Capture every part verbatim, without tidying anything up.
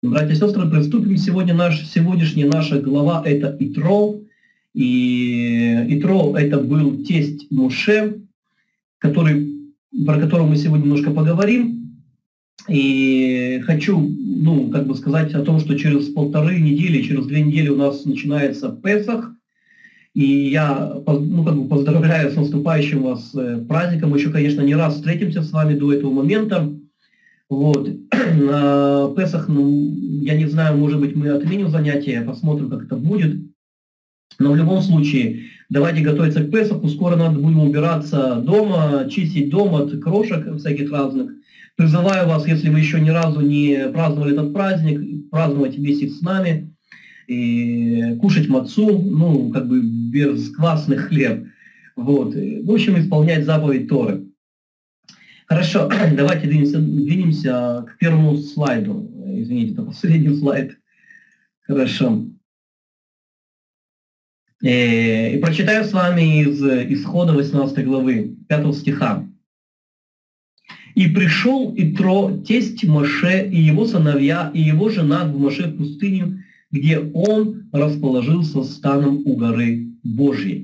Братья и сестры, приступим. Сегодня наш, сегодняшняя наша глава – это Итро. И Итро – это был тесть Моше, который, про которого мы сегодня немножко поговорим. И хочу ну, как бы сказать о том, что через полторы недели, через две недели у нас начинается Песах. И я ну, как бы поздравляю с наступающим вас праздником. Мы еще, конечно, не раз встретимся с вами до этого момента. Вот. На Песах, ну, я не знаю, может быть, мы отменим занятия, посмотрим, как это будет. Но в любом случае, давайте готовиться к Песаху. Скоро надо будем убираться дома, чистить дом от крошек всяких разных. Призываю вас, если вы еще ни разу не праздновали этот праздник, праздновать вместе с нами, и кушать мацу, ну, как бы безквасный хлеб. Вот. В общем, исполнять заповедь Торы. Хорошо, давайте двинемся, двинемся к первому слайду. Извините, это последний слайд. Хорошо. И, и прочитаю с вами из Исхода восемнадцатой главы, пятого стиха. «И пришел Итро, тесть Моше, и его сыновья, и его жена к Моше в пустыню, где он расположился станом у горы Божьей».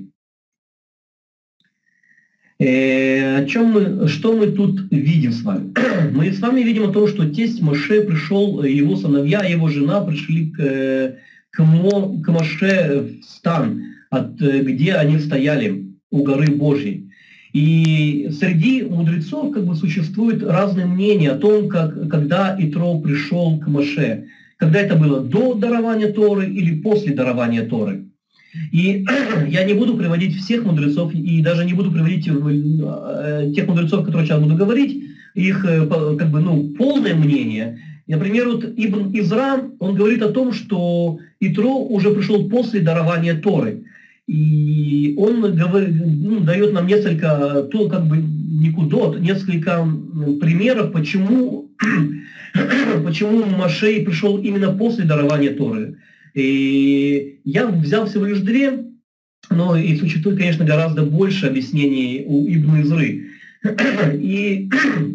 Э, о чем мы, что мы тут видим с вами? Мы с вами видим о том, что тесть Моше пришел, его сыновья, его жена пришли к, к, Мо, к Моше в стан, от, где они стояли, у горы Божьей. И среди мудрецов как бы существует разные мнения о том, как, когда Итро пришел к Моше. Когда это было до дарования Торы или после дарования Торы. И я не буду приводить всех мудрецов, и даже не буду приводить тех мудрецов, которые сейчас буду говорить, их как бы, ну, полное мнение. Например, вот Ибн Изра, он говорит о том, что Итро уже пришел после дарования Торы. И он говорит, ну, дает нам несколько, то, как бы, никудот, несколько примеров, почему, почему Моше пришел именно после дарования Торы. И я взял всего лишь две, но и существует, конечно, гораздо больше объяснений у Ибн Изры. И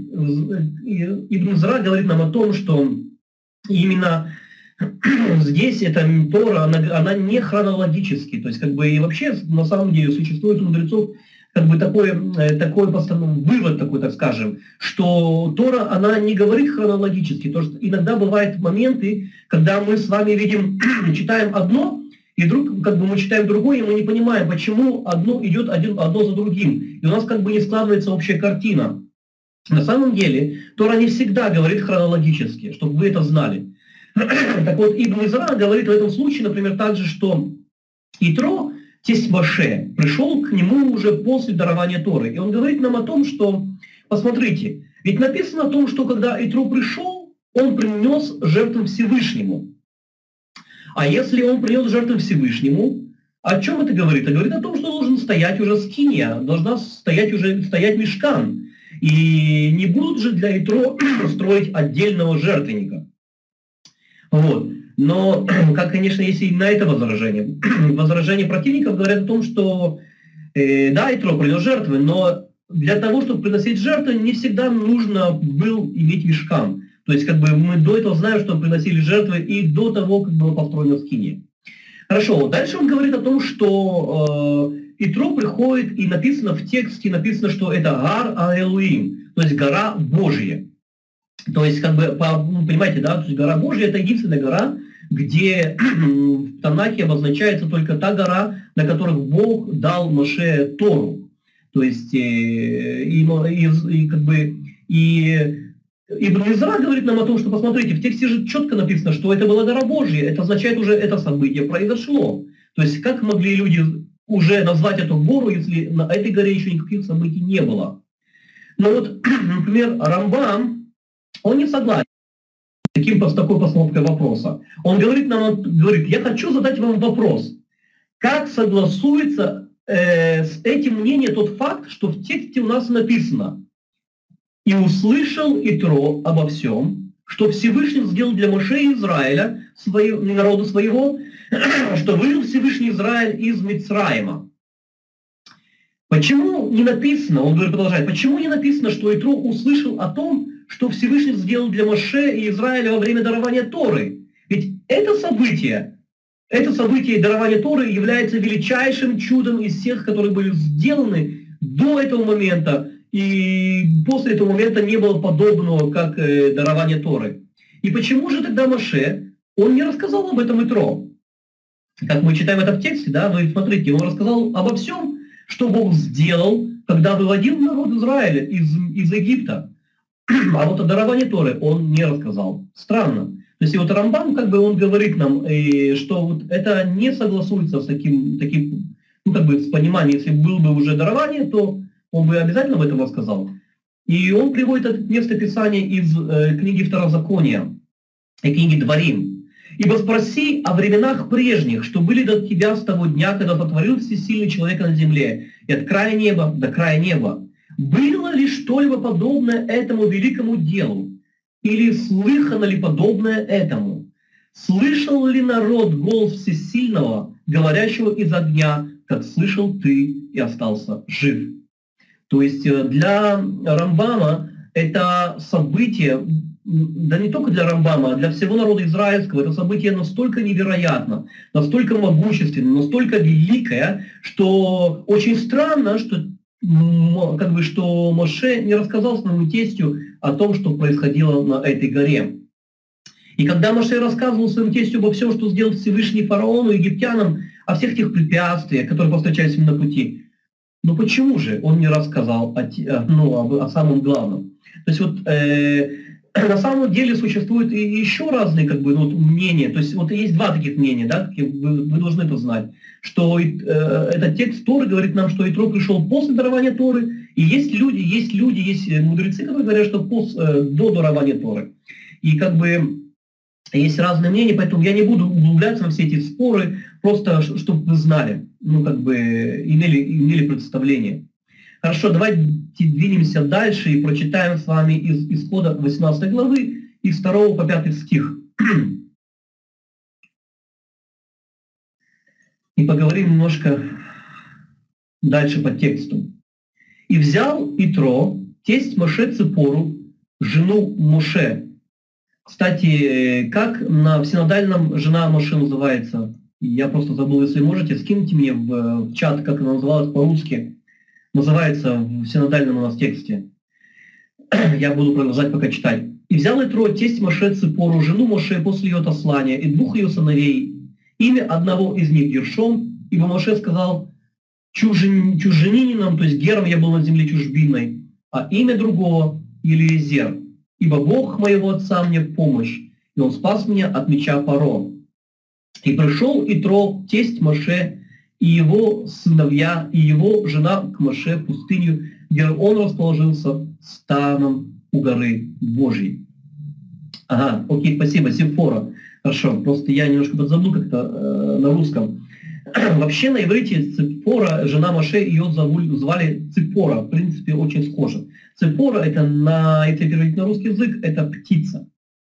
Ибн Изра говорит нам о том, что именно здесь эта Тора, она, она не хронологически, то есть как бы и вообще на самом деле существует у мудрецов как бы такой, такой вывод такой, так скажем, что Тора, она не говорит хронологически, то что иногда бывают моменты, когда мы с вами видим, читаем одно, и вдруг как бы мы читаем другое, и мы не понимаем, почему одно идет один, одно за другим, и у нас как бы не складывается общая картина. На самом деле Тора не всегда говорит хронологически, чтобы вы это знали. Так вот, Ибн Изра говорит в этом случае, например, также, что Итро, тесть Моше, пришел к нему уже после дарования Торы. И он говорит нам о том, что, посмотрите, ведь написано о том, что когда Итро пришел, он принес жертву Всевышнему. А если он принес жертву Всевышнему, о чем это говорит? Это говорит о том, что должен стоять уже скиния, должна стоять уже стоять мишкан. И не будут же для Итро строить отдельного жертвенника. Вот. Но, как, конечно, есть и на это возражение. Возражение противников говорят о том, что э, да, Итро принес жертвы, но для того, чтобы приносить жертвы, не всегда нужно было иметь мишкан. То есть, как бы мы до этого знаем, что приносили жертвы и до того, как было построено скиния. Хорошо, дальше он говорит о том, что э, Итро приходит, и написано в тексте, написано, что это Гар Аэлуим, то есть гора Божья. То есть, как бы, по, ну, понимаете, да, то есть гора Божья – это единственная гора, где в Танахе обозначается только та гора, на которой Бог дал Моше Тору. То есть, э, и, и, и, как бы, и Ибн Изра говорит нам о том, что, посмотрите, в тексте же четко написано, что это была гора Божья, это означает уже, это событие произошло. То есть, как могли люди уже назвать эту гору, если на этой горе еще никаких событий не было? Но вот, например, Рамбам, он не согласен с, таким, с такой постановкой вопроса. Он говорит нам, он говорит, я хочу задать вам вопрос. Как согласуется э, с этим мнением тот факт, что в тексте у нас написано: «И услышал Итро обо всем, что Всевышний сделал для Моше и Израиля, свое, народу своего, что вывел Всевышний Израиль из Мицраима». Почему не написано, он продолжает, почему не написано, что Итро услышал о том, что Всевышний сделал для Моше и Израиля во время дарования Торы. Ведь это событие, это событие дарования Торы является величайшим чудом из всех, которые были сделаны до этого момента, и после этого момента не было подобного, как э, дарование Торы. И почему же тогда Моше, он не рассказал об этом Итро? Как мы читаем это в тексте, да, но и смотрите, он рассказал обо всем, что Бог сделал, когда выводил народ Израиля из, из Египта. А вот о даровании Торы он не рассказал. Странно. То есть и вот Рамбам, как бы он говорит нам, и, что вот это не согласуется с таким, таким, ну как бы с пониманием, если было бы уже дарование, то он бы обязательно об этом рассказал. И он приводит это место Писания из э, книги Второзакония и книги Дворим. «Ибо спроси о временах прежних, что были до тебя с того дня, когда сотворил всесильный человека на земле, и от края неба до края неба. Было ли что-либо подобное этому великому делу? Или слыхано ли подобное этому? Слышал ли народ голос всесильного, говорящего из огня, как слышал ты и остался жив?» То есть для Рамбама это событие, да не только для Рамбама, а для всего народа израильского, это событие настолько невероятно, настолько могущественно, настолько великое, что очень странно, что, как бы, что Моше не рассказал своему тестю о том, что происходило на этой горе. И когда Моше рассказывал своему тестю обо всем, что сделал Всевышний фараону и египтянам, о всех тех препятствиях, которые повстречались им на пути, но почему же он не рассказал о, ну, о, о самом главном? То есть вот э, на самом деле существуют и еще разные как бы, ну, вот, мнения. То есть вот есть два таких мнения, да, вы, вы должны это знать, что э, этот текст Торы говорит нам, что Итро пришел после дарования Торы, и есть люди, есть люди, есть мудрецы, которые говорят, что пос, э, до дарования Торы. И как бы есть разные мнения, поэтому я не буду углубляться во все эти споры, просто чтобы вы знали, ну как бы имели, имели представление. Хорошо, давайте двинемся дальше и прочитаем с вами из Исхода восемнадцатой главы, из второго по пятый стих. И поговорим немножко дальше по тексту. «И взял Итро, тесть Моше Ципору, жену Моше». Кстати, как на в синодальном жена Моше называется? Я просто забыл, если можете, скиньте мне в, в чат, как она называлась по-русски. Называется в синодальном у нас тексте. Я буду продолжать пока читать. «И взял Итро, тесть Моше Ципору, жену Моше после ее отослания, и двух ее сыновей, имя одного из них Гершом, ибо Моше сказал чужин, чуженинином, то есть гером я был на земле чужбиной, а имя другого Елиезер. Ибо Бог моего отца мне в помощь, и он спас меня от меча Паро. И пришел Итро, тесть Моше, и его сыновья, и его жена к Моше в пустыню, где он расположился станом у горы Божьей». Ага, окей, спасибо, Сифора. Хорошо, просто я немножко подзабыл как-то э, на русском. Вообще на иврите Ципора, жена Моше, ее звали Ципора, в принципе, очень схоже. Ципора, это на, если переводить на русский язык, это птица.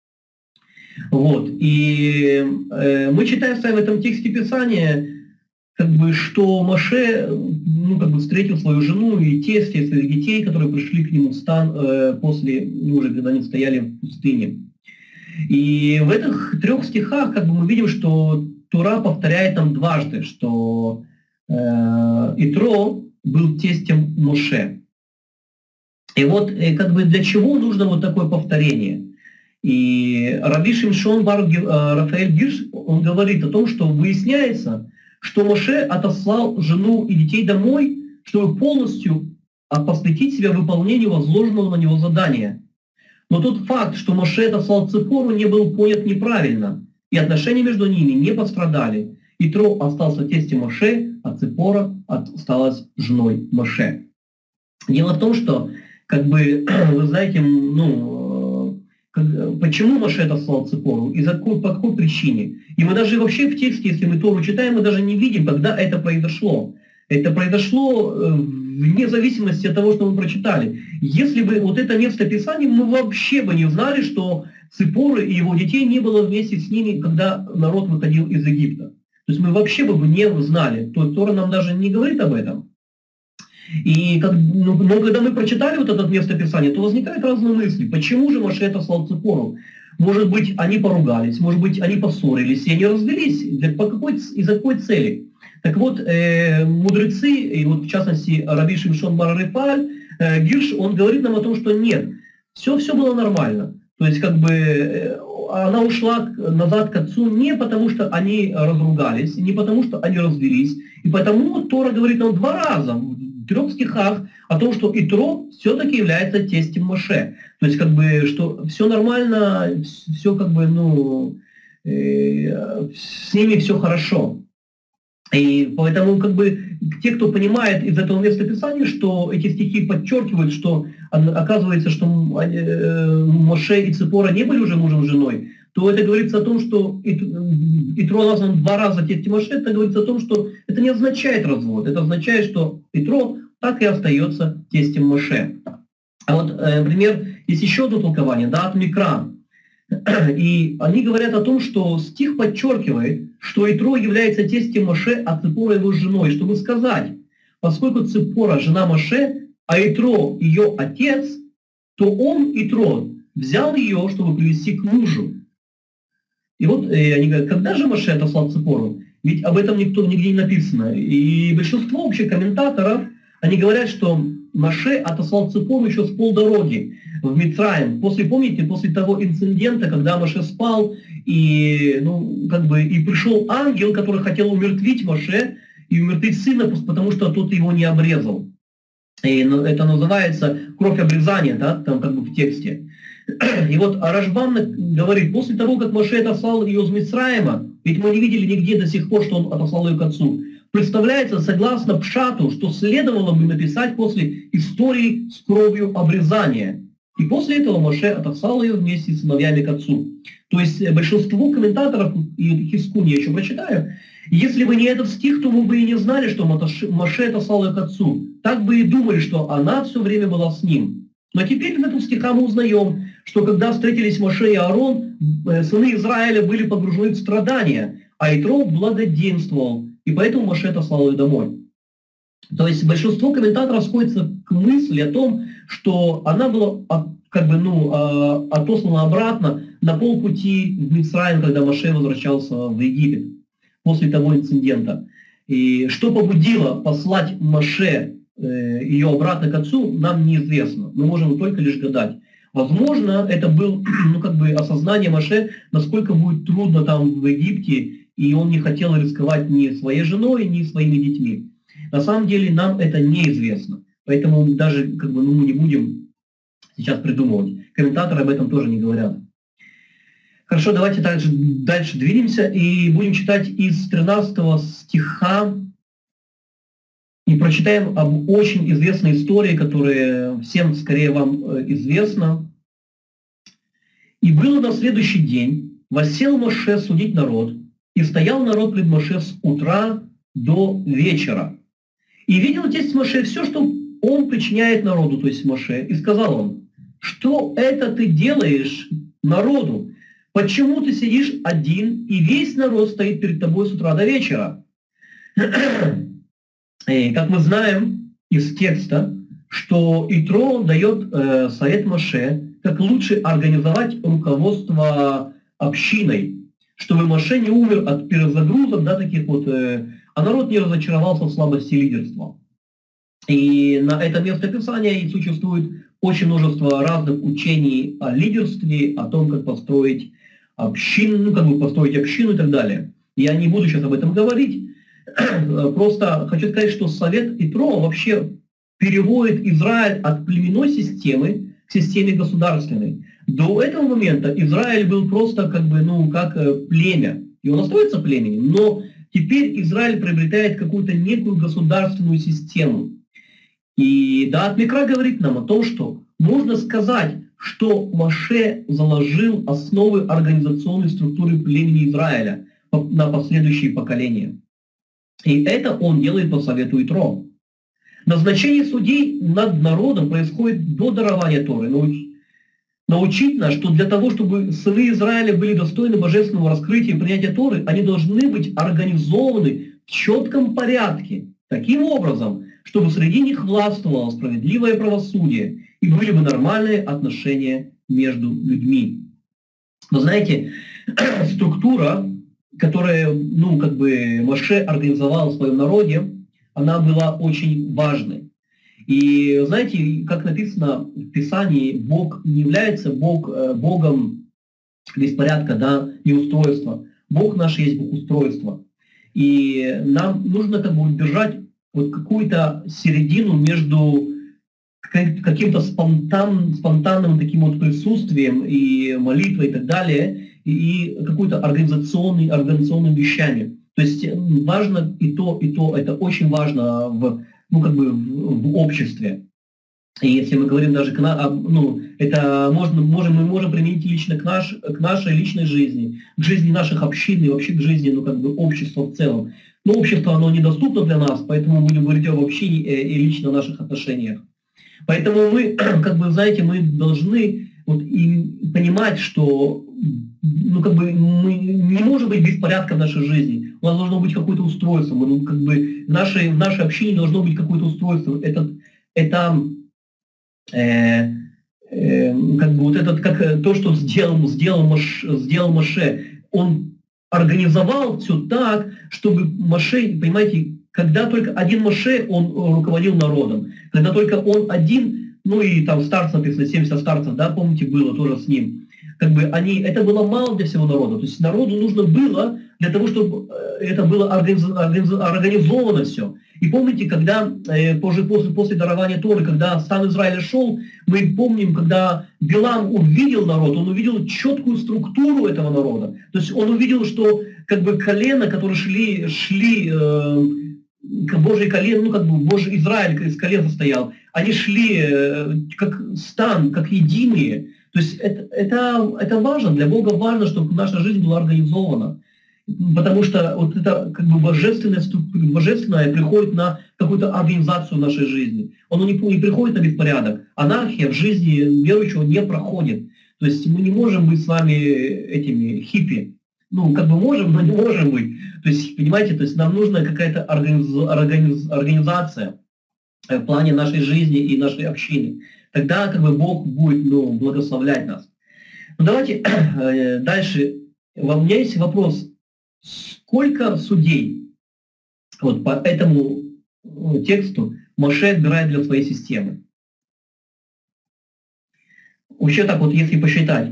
Вот, и э, мы читаем в этом тексте Писания, как бы, что Моше, ну, как бы, встретил свою жену и тестя, и своих детей, которые пришли к нему в стан э, после, ну, уже когда они стояли в пустыне. И в этих трех стихах, как бы, мы видим, что Тора повторяет нам дважды, что э, Итро был тестем Моше. И вот э, как бы для чего нужно вот такое повторение? И Раби Шимшон бар э, Рафаэль Гирш, он говорит о том, что выясняется, что Моше отослал жену и детей домой, чтобы полностью посвятить себя выполнению возложенного на него задания. Но тот факт, что Моше отослал Ципору, не был понят неправильно, и отношения между ними не пострадали. Итро остался тестем Моше, а Ципора осталась женой Моше. Дело в том, что, как бы, вы знаете, ну, как, почему Моше отослал Ципору и за какой, по какой причине. И мы даже вообще в тексте, если мы Тору читаем, мы даже не видим, когда это произошло. Это произошло вне зависимости от того, что мы прочитали. Если бы вот это место Писания, мы вообще бы не знали, что Ципоры и его детей не было вместе с ними, когда народ выходил из Египта. То есть мы вообще бы не знали. То есть Тора нам даже не говорит об этом. И как, ну, но когда мы прочитали вот это место Писания, то возникают разные мысли. Почему же Моше отослал Ципору? Может быть, они поругались, может быть, они поссорились, и они развелись. Для, по какой, из-за какой цели? Так вот, э, мудрецы, и вот в частности Раби Шимшон бар Рефаль, э, Гирш, он говорит нам о том, что нет, все, все было нормально. То есть как бы э, она ушла назад к отцу не потому, что они разругались, не потому, что они развелись. И потому Тора говорит нам два раза в трех стихах о том, что Итро все-таки является тестем Моше. То есть, как бы, что все нормально, все как бы, ну, э, с ними все хорошо. И поэтому, как бы, те, кто понимает из этого места Писания, что эти стихи подчеркивают, что оказывается, что Моше и Ципора не были уже мужем и женой, то это говорится о том, что Итро назван два раза тестем Моше, это говорится о том, что это не означает развод, это означает, что Итро так и остается тестем Моше. А вот, например, есть еще одно толкование, да, от Микра. И они говорят о том, что стих подчеркивает, что Итро является тестем Моше, а Ципора его женой, чтобы сказать, поскольку Ципора жена Моше, а Итро ее отец, то он, Итро, взял ее, чтобы привести к мужу. И вот э, они говорят, когда же Моше отослал Ципору? Ведь об этом никто нигде не написано. И большинство общих комментаторов, они говорят, что Моше отослал Ципору еще с полдороги в Мицраим. После, помните, после того инцидента, когда Моше спал, и, ну, как бы, и пришел ангел, который хотел умертвить Моше, и умертвить сына, потому что тот его не обрезал. И ну, это называется кровь обрезания, да, там как бы в тексте. И вот Рашбам говорит, после того, как Моше отослал ее из Мицраима, ведь мы не видели нигде до сих пор, что он отослал ее к отцу, представляется, согласно Пшату, что следовало бы написать после истории с кровью обрезания. И после этого Моше отослал ее вместе с сыновьями к отцу. То есть большинство комментаторов, и Хискун я еще прочитаю, если бы не этот стих, то мы бы и не знали, что Моше отослал ее к отцу. Так бы и думали, что она все время была с ним. Но теперь в этом стихе мы узнаем, что когда встретились Моше и Аарон, сыны Израиля были погружены в страдания, а Итро благоденствовал, и поэтому Моше отослал ее домой. То есть большинство комментаторов сходится к мысли о том, что она была как бы, ну, отослана обратно на полпути в Мицраим, когда Моше возвращался в Египет после того инцидента. И что побудило послать Моше ее обратно к отцу, нам неизвестно. Мы можем только лишь гадать. Возможно, это было ну, как бы осознание Моше, насколько будет трудно там в Египте, и он не хотел рисковать ни своей женой, ни своими детьми. На самом деле нам это неизвестно. Поэтому даже как бы, ну, мы не будем сейчас придумывать. Комментаторы об этом тоже не говорят. Хорошо, давайте также дальше двинемся и будем читать из тринадцатого стиха. И прочитаем об очень известной истории, которая всем, скорее, вам известна. «И было на следующий день, воссел Моше судить народ, и стоял народ пред Моше с утра до вечера. И видел тесть Моше все, что он причиняет народу, то есть Моше, и сказал он, что это ты делаешь народу? Почему ты сидишь один, и весь народ стоит перед тобой с утра до вечера?» И, как мы знаем из текста, что Итро дает э, совет Моше, как лучше организовать руководство общиной, чтобы Моше не умер от перезагрузок, да, таких вот, э, а народ не разочаровался в слабости лидерства. И на это место Писания и существует очень множество разных учений о лидерстве, о том, как построить общину, ну, как бы построить общину и так далее. Я не буду сейчас об этом говорить. Просто хочу сказать, что совет Итро вообще переводит Израиль от племенной системы к системе государственной. До этого момента Израиль был просто как бы, ну, как племя. И он остается племенем, но теперь Израиль приобретает какую-то некую государственную систему. И да, Микра говорит нам о том, что можно сказать, что Моше заложил основы организационной структуры племени Израиля на последующие поколения. И это он делает по совету Итро. Назначение судей над народом происходит до дарования Торы. Научить нас, что для того, чтобы сыны Израиля были достойны божественного раскрытия и принятия Торы, они должны быть организованы в четком порядке. таким образом, чтобы среди них властвовало справедливое правосудие и были бы нормальные отношения между людьми. Но знаете, структура, которую, ну, как бы Моше организовал в своем народе, она была очень важной. И знаете, как написано в Писании, Бог не является Бог, Богом беспорядка, да, неустройства. Бог наш есть Бог устройства. И нам нужно как бы держать вот какую-то середину между каким-то спонтан, спонтанным таким вот присутствием и молитвой и так далее, и какой-то организационный, организационным вещами. То есть важно и то, и то, это очень важно в, ну, как бы в, в обществе. И если мы говорим даже, ну, это можно, можем, мы можем применить лично к, наш, к нашей личной жизни, к жизни наших общин и вообще к жизни, ну, как бы общества в целом. Но общество, оно недоступно для нас, поэтому мы будем говорить об общине и лично наших отношениях. Поэтому мы, как бы, знаете, мы должны вот, и понимать, что, ну, как бы, мы не можем быть беспорядка в нашей жизни. У нас должно быть какое-то устройство. Мы, ну, как бы, в, нашей, в нашей общине должно быть какое-то устройство. Это, это э, э, как бы вот этот, как то, что сделал, сделал, Мош, сделал Моше, он организовал все так, чтобы Моше, понимаете, когда только один Моше, он руководил народом, когда только он один, ну и там старцы написано, семьдесят старцев, да, помните, было тоже с ним, как бы они, это было мало для всего народа, то есть народу нужно было для того, чтобы это было организовано все. И помните, когда э, после, после, после дарования Торы, когда стан Израиля шел, мы помним, когда Билам увидел народ, он увидел четкую структуру этого народа. То есть он увидел, что как бы колено, которые шли, шли э, Божий колен, ну как бы Божий Израиль из колен состоял, они шли э, как стан, как единые. То есть это, это, это важно, для Бога важно, чтобы наша жизнь была организована. Потому что вот это как бы божественное, божественное приходит на какую-то организацию нашей жизни. Оно не, не приходит на беспорядок. Анархия в жизни верующего не проходит. То есть мы не можем быть с вами этими хиппи. Ну, как бы можем, но не можем быть. То есть, понимаете, то есть нам нужна какая-то организ, организ, организация в плане нашей жизни и нашей общины. Тогда как бы Бог будет, ну, благословлять нас. Ну, давайте дальше. У меня есть вопрос. Сколько судей вот по этому тексту Моше отбирает для своей системы? Вообще так вот, если посчитать,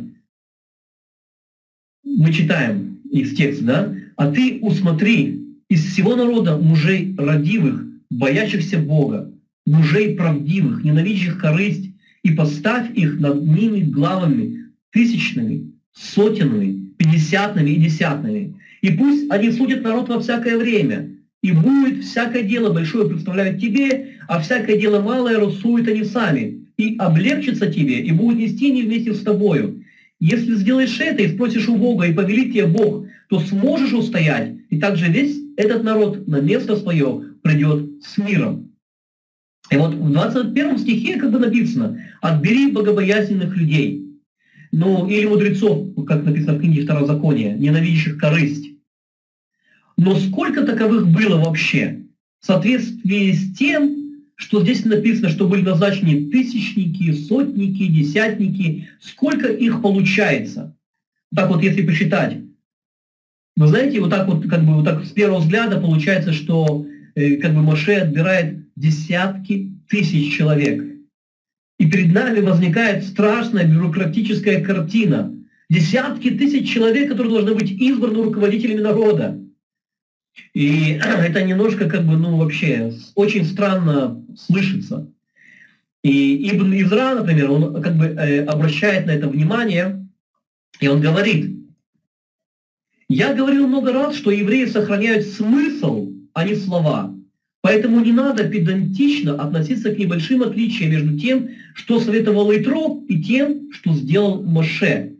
мы читаем из текста, да? «А ты усмотри из всего народа мужей родивых, боящихся Бога, мужей правдивых, ненавидящих корысть, и поставь их над ними главами тысячными, сотенными, пятидесятными и десятными. И пусть они судят народ во всякое время, и будет всякое дело большое представляют тебе, а всякое дело малое рассуют они сами, и облегчится тебе, и будут нести они вместе с тобою. Если сделаешь это и спросишь у Бога, и повелит тебе Бог, то сможешь устоять, и также весь этот народ на место свое придет с миром». И вот в двадцать первом стихе как бы написано: «Отбери богобоязненных людей». Ну, или мудрецов, как написано в книге Второзакония, ненавидящих корысть. Но сколько таковых было вообще? В соответствии с тем, что здесь написано, что были назначены тысячники, сотники, десятники, сколько их получается? Так вот, если посчитать, вы знаете, вот так вот, как бы вот так с первого взгляда получается, что э, как бы Моше отбирает десятки тысяч человек. И перед нами возникает страшная бюрократическая картина. Десятки тысяч человек, которые должны быть избраны руководителями народа. И это немножко как бы, ну вообще, очень странно слышится. И Ибн Изра, например, он как бы э, обращает на это внимание, и он говорит: «Я говорил много раз, что евреи сохраняют смысл, а не слова. Поэтому не надо педантично относиться к небольшим отличиям между тем, что советовал Итро, и тем, что сделал Моше.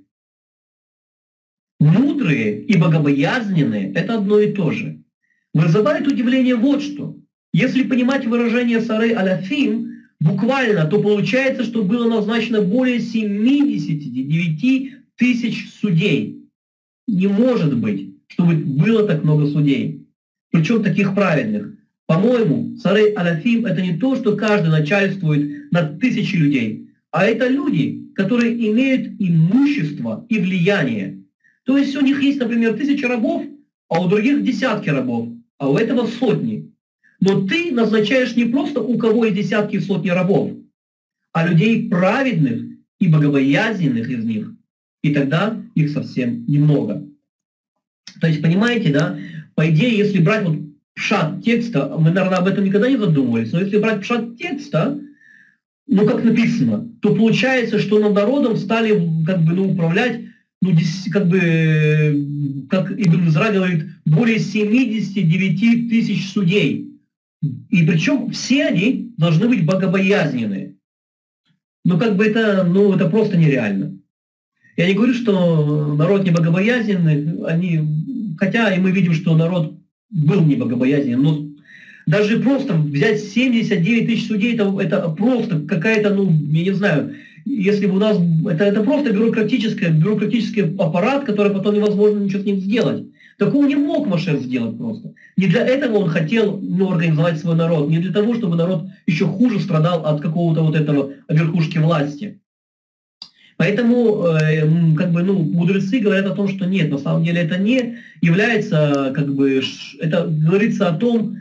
Мудрые и богобоязненные – это одно и то же. Вызывает удивление вот что. Если понимать выражение Сары Аляфим буквально, то получается, что было назначено более семидесяти девяти тысяч судей. Не может быть, чтобы было так много судей. Причем таких праведных. По-моему, царей Анафим — это не то, что каждый начальствует над тысячей людей, а это люди, которые имеют имущество и влияние. То есть у них есть, например, тысяча рабов, а у других десятки рабов, а у этого сотни. Но ты назначаешь не просто у кого есть десятки и сотни рабов, а людей праведных и богобоязненных из них. И тогда их совсем немного. То есть, понимаете, да, по идее, если брать вот пшат текста, мы, наверное, об этом никогда не задумывались, но если брать пшат текста, ну, как написано, то получается, что над народом стали как бы, ну, управлять, ну, как бы, как Ибн Изра говорит, более семьдесят девять тысяч судей. И причем все они должны быть богобоязненные. Ну, как бы это, ну, это просто нереально. Я не говорю, что народ не богобоязненный, они, хотя и мы видим, что народ был не богобоязненный, но даже просто взять семьдесят девять тысяч судей, это, это просто какая-то, ну, я не знаю, если бы у нас, это, это просто бюрократический, бюрократический аппарат, который потом невозможно ничего с ним сделать. Такого не мог Машер сделать просто. Не для этого он хотел, ну, организовать свой народ, не для того, чтобы народ еще хуже страдал от какого-то вот этого верхушки власти. Поэтому э, как бы, ну, мудрецы говорят о том, что нет, на самом деле это не является, как бы, это говорится о том,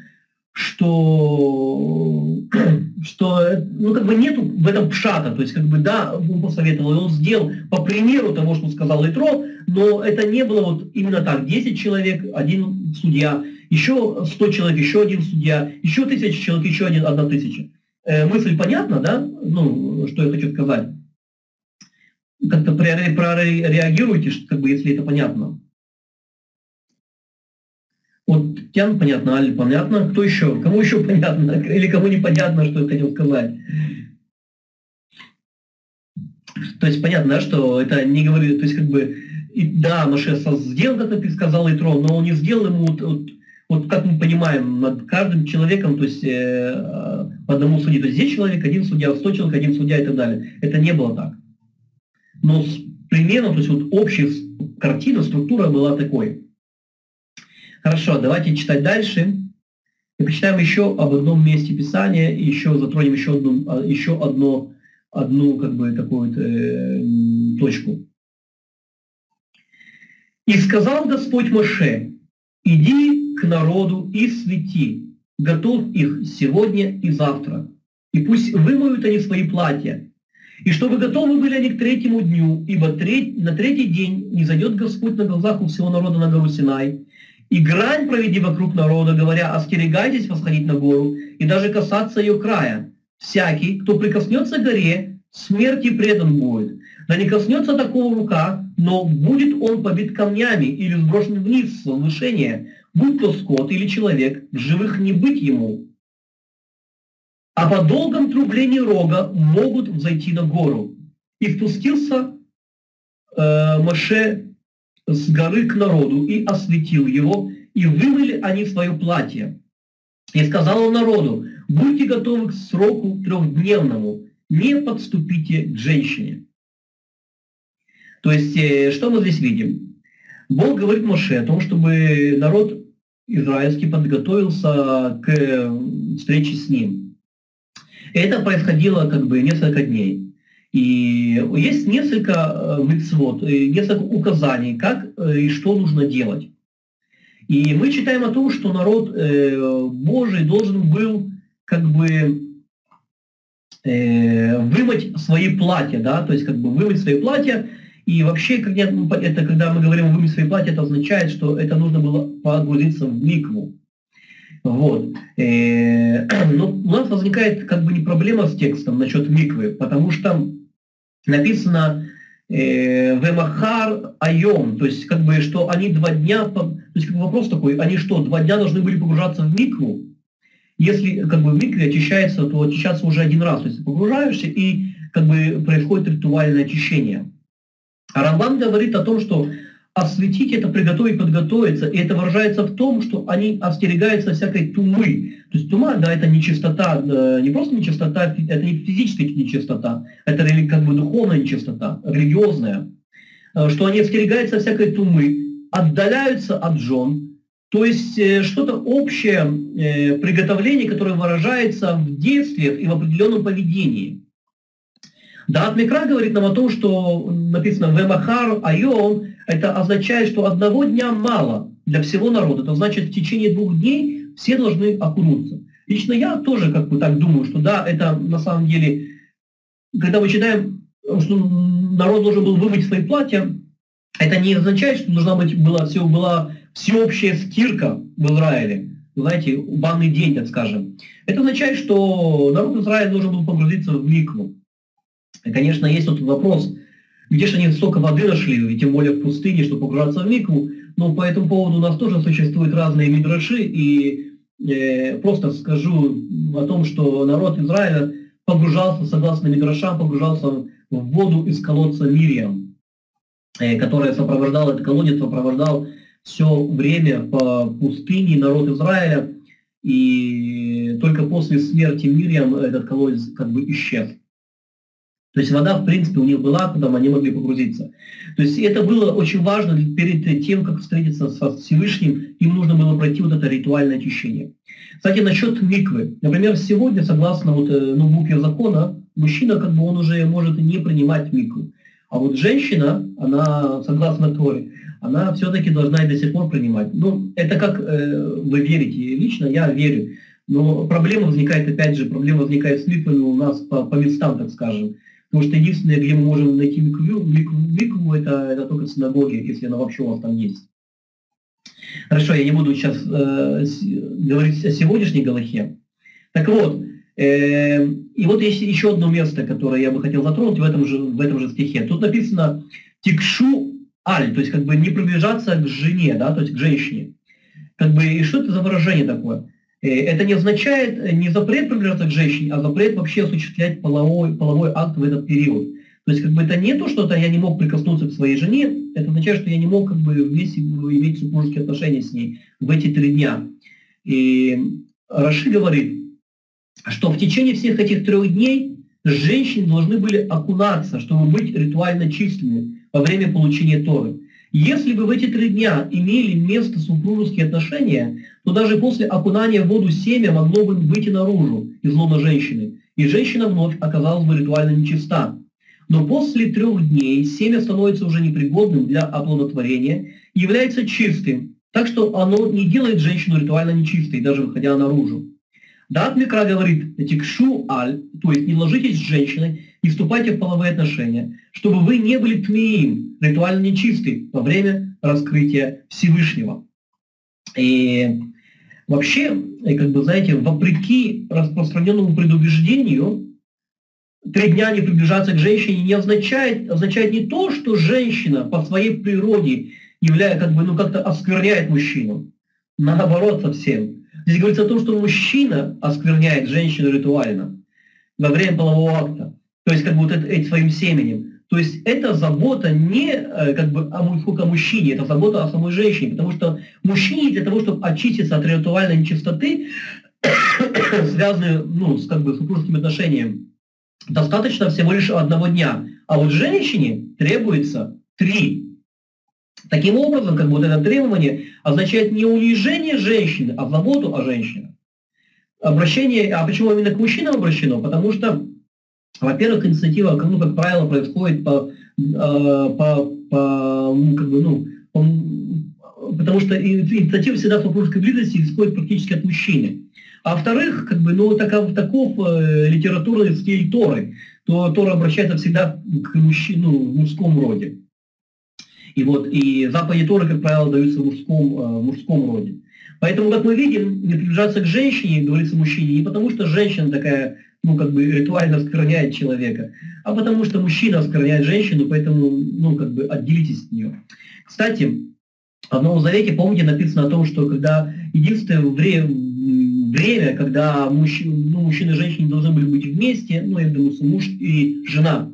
что, что ну, как бы нету в этом пшата, то есть, как бы, да, он посоветовал, и он сделал по примеру того, что сказал Итро, но это не было вот именно так, десять человек, один судья, еще сто человек, еще один судья, еще тысяча человек, еще один, одна тысяча. Э, мысль понятна, да, ну, что я хочу сказать? Как-то прореагируйте, как бы, если это понятно. Вот Тян понятно, Аль понятно. Кто еще? Кому еще понятно? Или кому непонятно, что я хотел сказать? То есть понятно, да, что это не говорит, то есть как бы, и, да, Моше сделал, как ты сказал, Итро, но он не сделал ему, вот, вот, вот как мы понимаем, над каждым человеком, то есть э, по одному судье, то есть здесь человек, один судья, сто человек, один судья и так далее. Это не было так. Но примерно, то есть вот общая картина, структура была такой. Хорошо, давайте читать дальше. И почитаем еще об одном месте Писания, и еще затронем еще одну, еще одну, одну как бы такую вот, э, точку. «И сказал Господь Моше, иди к народу и свети, готовь их сегодня и завтра, и пусть вымоют они свои платья, и чтобы готовы были они к третьему дню, ибо треть, на третий день не зайдет Господь на глазах у всего народа на гору Синай, и грань проведи вокруг народа, говоря, остерегайтесь восходить на гору, и даже касаться ее края. Всякий, кто прикоснется к горе, смерти предан будет. Да не коснется такого рука, но будет он побит камнями или сброшен вниз с возвышения, будь то скот или человек, в живых не быть ему. А по долгом трублении рога могут взойти на гору. И спустился э, Моше с горы к народу и осветил его, и вымыли они свое платье. И сказал он народу, будьте готовы к сроку трехдневному, не подступите к женщине. То есть, э, что мы здесь видим? Бог говорит Моше о том, чтобы народ израильский подготовился к встрече с ним. Это происходило как бы несколько дней. И есть несколько мицвот, несколько указаний, как и что нужно делать. И мы читаем о том, что народ Божий должен был как бы вымыть свои платья, да, то есть как бы вымыть свои платья. И вообще, когда, это, когда мы говорим вымыть свои платья, это означает, что это нужно было погрузиться в микву. Вот. Но у нас возникает как бы не проблема с текстом насчет миквы, потому что написано «Вемахар айом», то есть как бы, что они два дня, то есть как бы вопрос такой, они что, два дня должны были погружаться в микву? Если как бы в микве очищается, то очищаться уже один раз, то есть погружаешься и как бы происходит ритуальное очищение. А Рамбам говорит о том, что осветить это, приготовить, подготовиться, и это выражается в том, что они остерегаются всякой тумы. То есть тума, да, это нечистота, не просто нечистота, это не физическая нечистота, это как бы духовная нечистота, религиозная. Что они остерегаются всякой тумы, отдаляются от жен, То есть э, что-то общее э, приготовление, которое выражается в действиях и в определенном поведении. Даат Микра говорит нам о том, что написано «Вемахар айом», это означает, что одного дня мало для всего народа. Это значит, в течение двух дней все должны окунуться. Лично я тоже как бы так думаю, что да, это на самом деле, когда мы читаем, что народ должен был вымыть свои платья, это не означает, что должна быть была, все, была всеобщая стирка в Израиле. Знаете, банный день, так скажем. Это означает, что народ Израиля должен был погрузиться в микву. И, конечно, есть вот вопрос, где же они столько воды нашли, и тем более в пустыне, чтобы погружаться в микву. Но по этому поводу у нас тоже существуют разные мидраши, и э, просто скажу о том, что народ Израиля погружался, согласно мидрашам, погружался в воду из колодца Мирьям, э, которая сопровождала, этот колодец сопровождал все время по пустыне народ Израиля, и только после смерти Мирьям этот колодец как бы исчез. То есть вода, в принципе, у них была, куда они могли погрузиться. То есть это было очень важно перед тем, как встретиться со Всевышним, им нужно было пройти вот это ритуальное очищение. Кстати, насчет миквы. Например, сегодня, согласно вот, ну, букве закона, мужчина, как бы он уже может не принимать микву. А вот женщина, она, согласно Торе, она все-таки должна и до сих пор принимать. Ну, это как э, вы верите. Лично я верю. Но проблема возникает, опять же, проблема возникает с миквами у нас по, по местам, так скажем. Потому что единственное, где мы можем найти микву, микву, микву это, это только синагоги, если она вообще у вас там есть. Хорошо, я не буду сейчас э, с, говорить о сегодняшней галахе. Так вот, э, и вот есть еще одно место, которое я бы хотел затронуть в этом же, в этом же стихе. Тут написано «тикшу аль», то есть как бы не приближаться к жене, да, то есть к женщине. Как бы, и что это за выражение такое? Это не означает не запрет приближаться к женщине, а запрет вообще осуществлять половой, половой акт в этот период. То есть как бы это не то, что я не мог прикоснуться к своей жене, это означает, что я не мог как бы вместе иметь супружеские отношения с ней в эти три дня. И Раши говорит, что в течение всех этих трех дней женщины должны были окунаться, чтобы быть ритуально чистыми во время получения Торы. Если бы в эти три дня имели место супружеские отношения, то даже после окунания в воду семя могло бы выйти наружу из лона женщины, и женщина вновь оказалась бы ритуально нечиста. Но после трех дней семя становится уже непригодным для оплодотворения и является чистым, так что оно не делает женщину ритуально нечистой, даже выходя наружу. Даат Микра говорит, тикшу аль, то есть не ложитесь с женщиной, не вступайте в половые отношения, чтобы вы не были тмеим, ритуально нечисты во время раскрытия Всевышнего. И вообще, как бы, знаете, вопреки распространенному предубеждению, три дня не приближаться к женщине не означает, означает не то, что женщина по своей природе является, как бы, ну, как-то оскверняет мужчину. Наоборот совсем. Здесь говорится о том, что мужчина оскверняет женщину ритуально во время полового акта. То есть как бы вот это, это своим семенем. То есть это забота не как бы о, сколько о мужчине, это забота о самой женщине. Потому что мужчине для того, чтобы очиститься от ритуальной нечистоты, связанной, ну, с как бы супружеским отношением, достаточно всего лишь одного дня. А вот женщине требуется три. Таким образом, как бы вот это требование означает не унижение женщины, а заботу о женщине. Обращение, а почему именно к мужчинам обращено? Потому что, во-первых, инициатива, ну, как правило, происходит по, по, по, как бы, ну, по, потому что инициатива всегда в супружеской близости исходит практически от мужчины. А во-вторых, как бы, ну, таков, таков э, литературный стиль Торы, то Тора обращается всегда к мужчину, ну, в мужском роде. И вот и заповеди Торы, как правило, даются в мужском, э, мужском роде. Поэтому, как мы видим, не приближаться к женщине, говорится мужчине, не потому что женщина такая, ну, как бы ритуально оскверняет человека, а потому что мужчина оскверняет женщину, поэтому, ну, как бы отделитесь от нее. Кстати, в Новом Завете, помните, написано о том, что когда единственное время, время когда мужчина, ну, мужчина и женщина должны были быть вместе, ну, я думаю, муж и жена.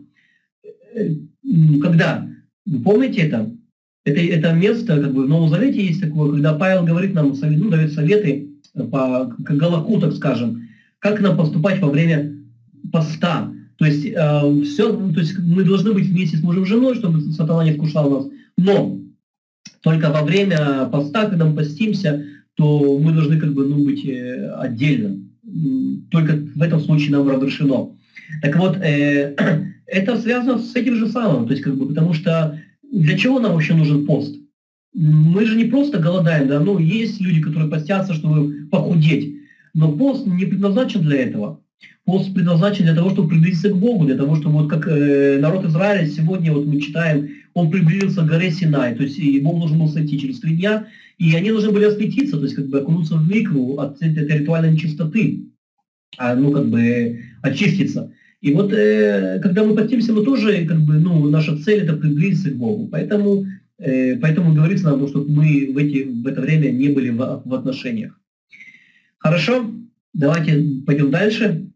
Когда? Вы помните это? Это, это место, как бы в Новом Завете есть такое, когда Павел говорит нам, ну, дает советы по к Галаху, так скажем, как нам поступать во время поста. То есть, э, все, то есть мы должны быть вместе с мужем и женой, чтобы сатана не вкушал нас. Но Только во время поста, когда мы постимся, то мы должны как бы, ну, быть э, отдельно. Только в этом случае нам разрешено. Так вот, э, это связано с этим же самым, то есть как бы, потому что для чего нам вообще нужен пост? Мы же не просто голодаем, да, ну, есть люди, которые постятся, чтобы похудеть, но пост не предназначен для этого. Пост предназначен для того, чтобы приблизиться к Богу, для того, чтобы вот как э, народ Израиля сегодня, вот мы читаем, он приблизился к горе Синай, то есть и Бог должен был сойти через три дня, и они должны были осветиться, то есть как бы окунуться в микву от этой ритуальной нечистоты, а, ну как бы очиститься. И вот э, когда мы постимся, мы тоже, как бы, ну, наша цель это приблизиться к Богу. Поэтому, э, поэтому говорится нам, чтобы мы в, эти, в это время не были в, в отношениях. Хорошо, давайте пойдем дальше.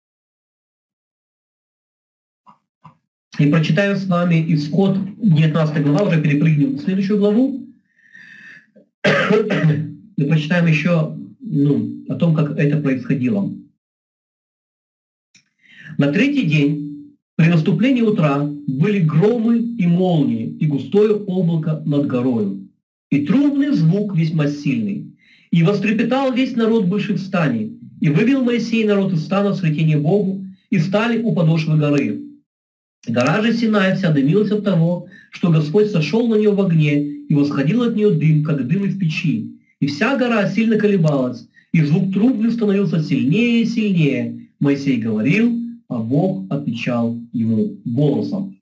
И прочитаем с вами Исход, девятнадцатая глава, уже перепрыгнем в следующую главу. И прочитаем еще, ну, о том, как это происходило. На третий день, при наступлении утра, были громы и молнии, и густое облако над горою, и трубный звук весьма сильный. И вострепетал весь народ, бывший в стане, и вывел Моисей народ из стана в смятение Богу, и стали у подошвы горы. Гора же Синай вся дымилась от того, что Господь сошел на нее в огне, и восходил от нее дым, как дым из печи. И вся гора сильно колебалась, и звук трубный становился сильнее и сильнее. Моисей говорил, а Бог отвечал ему голосом.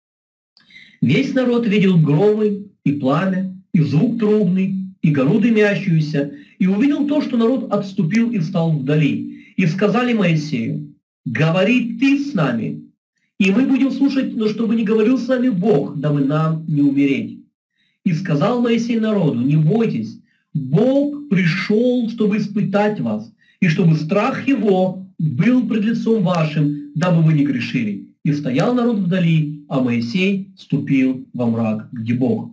Весь народ видел громы и пламя, и звук трубный, и гору дымящуюся, и увидел то, что народ отступил и стал вдали. И сказали Моисею, говори ты с нами, и мы будем слушать, но чтобы не говорил с нами Бог, дабы нам не умереть. И сказал Моисей народу, не бойтесь, Бог пришел, чтобы испытать вас, и чтобы страх Его был пред лицом вашим, дабы вы не грешили. И стоял народ вдали, а Моисей ступил во мрак, где Бог.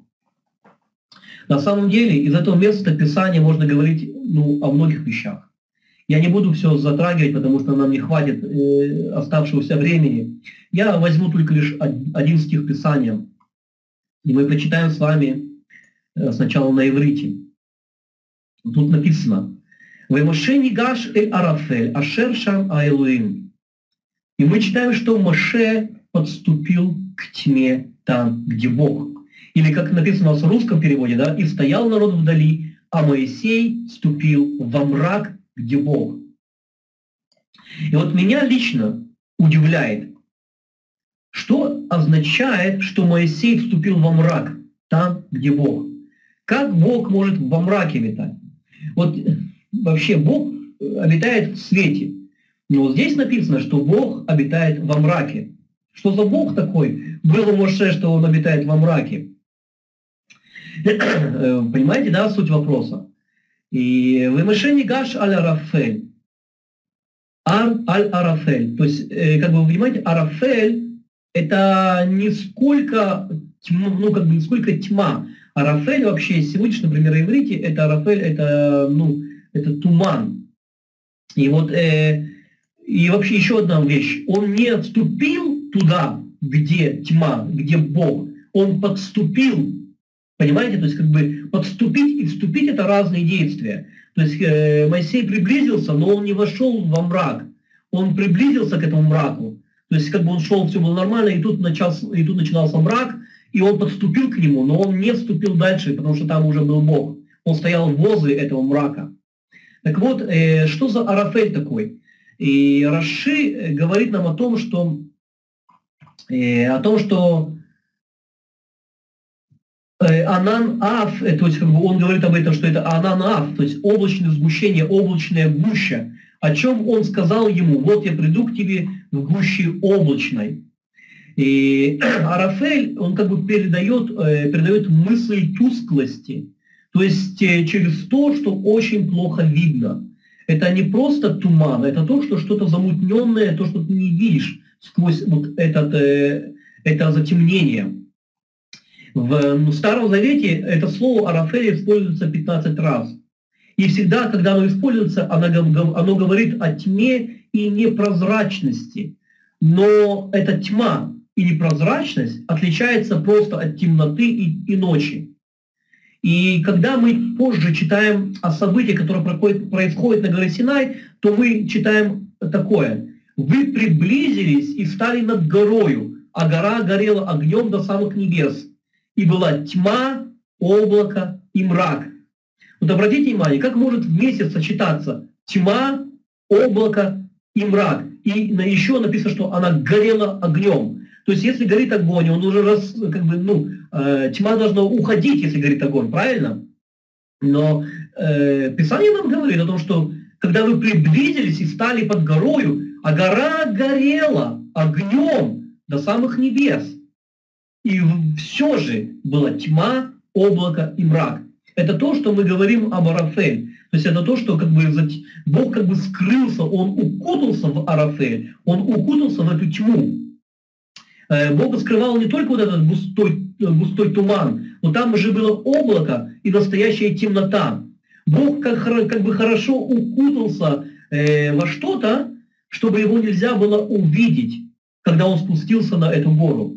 На самом деле, из этого места Писания можно говорить, ну, о многих вещах. Я не буду все затрагивать, потому что нам не хватит э, оставшегося времени. Я возьму только лишь один стих Писания. И мы прочитаем с вами э, сначала на иврите. Тут написано «Вемоше нигаш эль арафель, ашер шам аэлуим». И мы читаем, что Моше подступил к тьме там, где Бог. Или, как написано в русском переводе, да, «И стоял народ вдали, а Моисей ступил во мрак, где Бог». И вот меня лично удивляет, что означает, что Моисей вступил во мрак, там, где Бог. Как Бог может во мраке витать? Вот вообще Бог обитает в свете. Но здесь написано, что Бог обитает во мраке. Что за Бог такой был у Моше, что он обитает во мраке? Понимаете, да, суть вопроса? И «Вемоше нигаш аль арафель». Ар аль арафель. То есть, как бы вы понимаете, арафель это не сколько тьма, ну как бы не сколько тьма. Арафель вообще сегодня, например, в иврите, это арафель, это, ну, это туман. И вот э, и вообще еще одна вещь. Он не отступил туда, где тьма, где Бог. Он подступил. Понимаете? То есть как бы подступить и вступить это разные действия. То есть э, Моисей приблизился, но он не вошел во мрак. Он приблизился к этому мраку. То есть как бы он шел, все было нормально, и тут, начался, и тут начинался мрак, и он подступил к нему, но он не вступил дальше, потому что там уже был Бог. Он стоял возле этого мрака. Так вот, э, что за арафель такой? И Раши говорит нам о том, что, э, о том, что э, Анан Аф, э, то есть как бы он говорит об этом, что это Анан Аф, то есть облачное сгущение, облачная гуща. О чем он сказал ему? Вот я приду к тебе в гуще облачной. И арафель, он как бы передает, э, передает мысль тусклости, то есть э, через то, что очень плохо видно. Это не просто туман, это то, что что-то замутненное, то, что ты не видишь сквозь вот этот, э, это затемнение. В ну, Старом Завете это слово арафель используется пятнадцать раз. И всегда, когда оно используется, оно, оно говорит о тьме и непрозрачности. Но эта тьма и непрозрачность отличается просто от темноты и, и ночи. И когда мы позже читаем о событиях, которые происходят, происходят на горе Синай, то мы читаем такое. «Вы приблизились и стали над горою, а гора горела огнем до самых небес, и была тьма, облако и мрак». Вот обратите внимание, как может вместе сочетаться тьма, облако и мрак. И еще написано, что она горела огнем. То есть, если горит огонь, он уже раз, как бы, ну, э, тьма должна уходить, если горит огонь, правильно? Но э, Писание нам говорит о том, что когда вы приблизились и стали под горою, а гора горела огнем до самых небес, и все же была тьма, облако и мрак. Это то, что мы говорим об Арафель. То есть это то, что как бы Бог как бы скрылся, Он укутался в Арафель, Он укутался в эту тьму. Бога скрывал не только вот этот густой, густой туман, но там уже было облако и настоящая темнота. Бог как, как бы хорошо укутался э, во что-то, чтобы его нельзя было увидеть, когда он спустился на эту гору.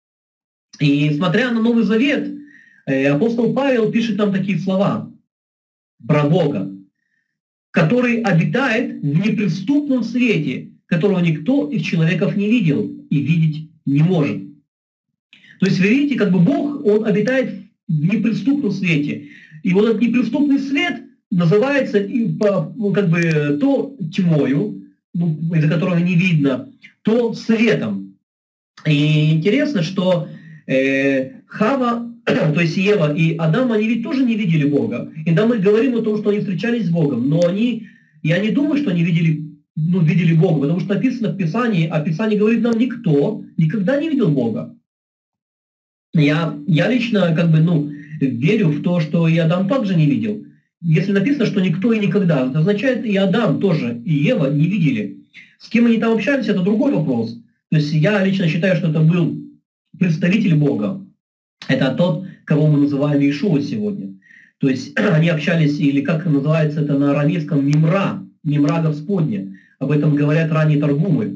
И смотря на Новый Завет, э, апостол Павел пишет нам такие слова про Бога, который обитает в неприступном свете, которого никто из человеков не видел и видеть не может. То есть, вы видите, как бы Бог, Он обитает в неприступном свете. И вот этот неприступный свет называется ну, как бы то тьмою, ну, из-за которого не видно, то светом. И интересно, что э, Хава, то есть Ева и Адам, они ведь тоже не видели Бога. И да, мы говорим о том, что они встречались с Богом, но они, я не думаю, что они видели Ну, видели Бога, потому что написано в Писании, а Писание говорит нам, никто никогда не видел Бога. Я, я лично как бы, ну, верю в то, что и Адам также не видел. Если написано, что никто и никогда, это означает, и Адам тоже, и Ева не видели. С кем они там общались, это другой вопрос. То есть я лично считаю, что это был представитель Бога. Это тот, кого мы называем Иешуа сегодня. То есть они общались, или как называется это на арамейском, мимра, мимра Господня. Об этом говорят ранние Таргумы.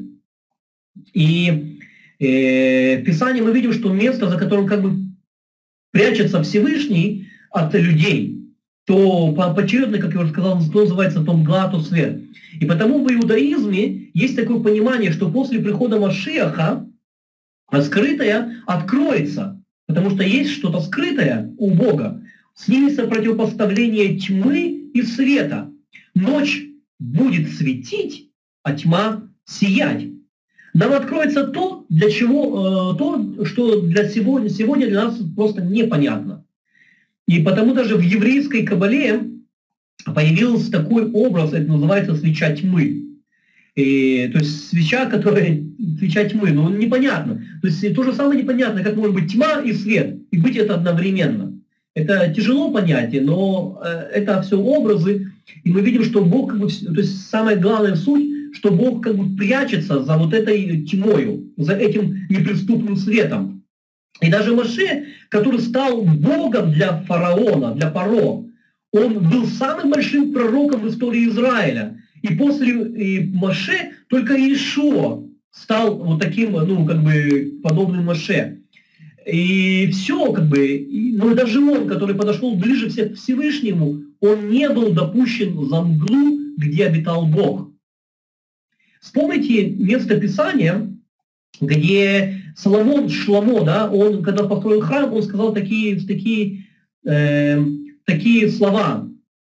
И э, в Писании мы видим, что место, за которым как бы прячется Всевышний от людей, то поочередно, как я уже сказал, то называется то мгла, то свет. И потому в иудаизме есть такое понимание, что после прихода Машиаха скрытое откроется, потому что есть что-то скрытое у Бога. Снимется противопоставление тьмы и света. Ночь будет светить, а тьма сиять. Нам откроется то, для чего, э, то, что для сегодня, сегодня для нас просто непонятно. И потому даже в еврейской кабале появился такой образ, это называется свеча тьмы. И, то есть свеча, которая свеча тьмы, но ну, непонятно. То есть то же самое непонятно, как может быть тьма и свет, и быть это одновременно. Это тяжело понять, но э, это все образы, и мы видим, что Бог, как бы, то есть самая главная суть, что Бог как бы прячется за вот этой тьмою, за этим неприступным светом. И даже Моше, который стал Богом для фараона, для Паро, он был самым большим пророком в истории Израиля. И после и Моше только Иешуа стал вот таким, ну, как бы, подобным Моше. И все, как бы, ну, даже он, который подошел ближе всех к Всевышнему, он не был допущен за мглу, где обитал Бог. Вспомните место Писания, где Соломон, Шломо, да, он, когда построил храм, он сказал такие, такие, э, такие слова.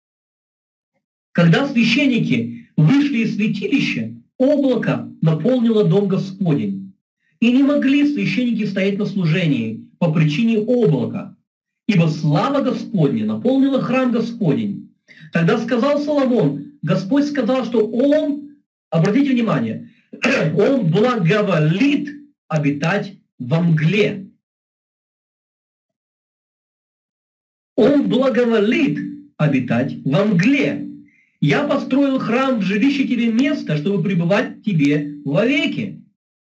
Когда священники вышли из святилища, облако наполнило дом Господень. И не могли священники стоять на служении по причине облака, ибо слава Господня наполнила храм Господень. Тогда сказал Соломон, Господь сказал, что Он, обратите внимание, Он благоволит обитать во мгле. Он благоволит обитать во мгле. Я построил храм в жилище тебе место, чтобы пребывать тебе вовеки.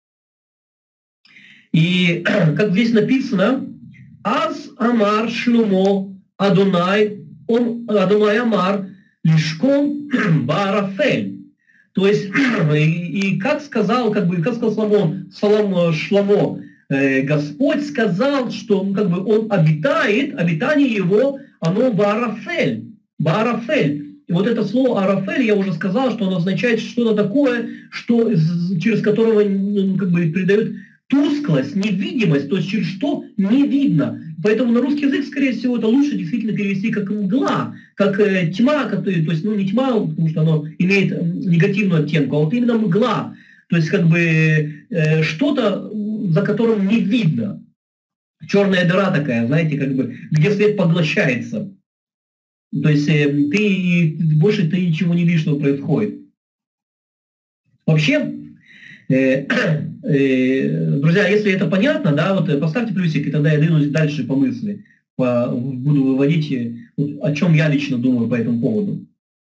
И как здесь написано, «Аз амар шлумо Адонай, он Адонай амар лишком баарафель». То есть, и, и как сказал, как бы, как сказал Соломон, Солом, Шломо, э, Господь сказал, что ну, как бы он обитает, обитание его оно Баарафель. Баарафель. И вот это слово Арафель, я уже сказал, что оно означает что-то такое, что, через которого ну, как бы придает тусклость, невидимость, то есть через что не видно. Поэтому на русский язык, скорее всего, это лучше действительно перевести как мгла, как э, тьма, как, то есть ну, не тьма, потому что оно имеет негативную оттенку, а вот именно мгла. То есть как бы э, что-то, за которым не видно. Черная дыра такая, знаете, как бы, где свет поглощается. То есть э, ты больше ты ничего не видишь, что происходит. Вообще, э, э, друзья, если это понятно, да, вот поставьте плюсик, и тогда я двинусь дальше по мысли. По, буду выводить, вот, о чем я лично думаю по этому поводу.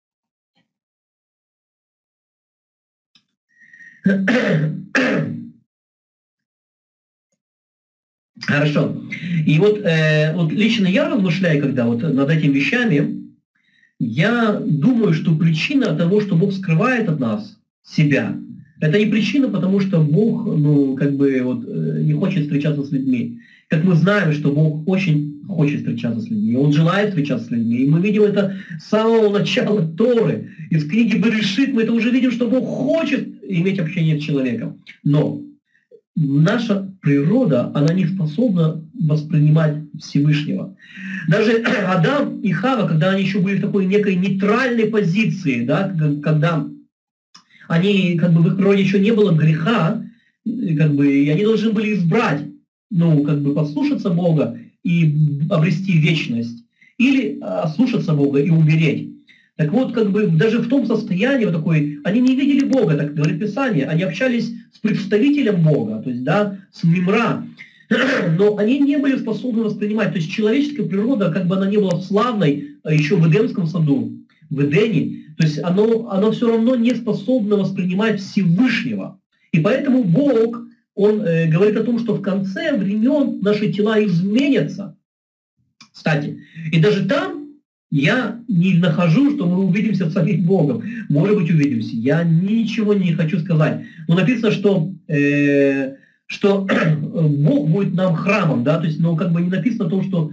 Хорошо. И вот, э, вот лично я размышляю, когда вот над этими вещами, я думаю, что причина того, что Бог скрывает от нас себя, это не причина, потому что Бог, ну, как бы, вот, не хочет встречаться с людьми. Как мы знаем, что Бог очень хочет встречаться с людьми, Он желает встречаться с людьми. И мы видим это с самого начала Торы. Из книги Берешит мы это уже видим, что Бог хочет иметь общение с человеком. Но наша природа, она не способна воспринимать Всевышнего. Даже Адам и Хава, когда они еще были в такой некой нейтральной позиции, да, когда они, как бы, в их природе еще не было греха, как бы, и они должны были избрать, ну, как бы, послушаться Бога и обрести вечность, или ослушаться Бога и умереть. Так вот, как бы, даже в том состоянии, вот такой, они не видели Бога, так говорит Писание, они общались с представителем Бога, то есть, да, с Мимра, но они не были способны воспринимать, то есть человеческая природа, как бы она не была славной еще в Эдемском саду, в Эдене, то есть оно, оно все равно не способно воспринимать Всевышнего. И поэтому Бог, Он э, говорит о том, что в конце времен наши тела изменятся. Кстати, и даже там я не нахожу, что мы увидимся с самим Богом. Может быть, увидимся. Я ничего не хочу сказать. Но написано, что, э, что Бог будет нам храмом, да, то есть, но как бы не написано о том, что,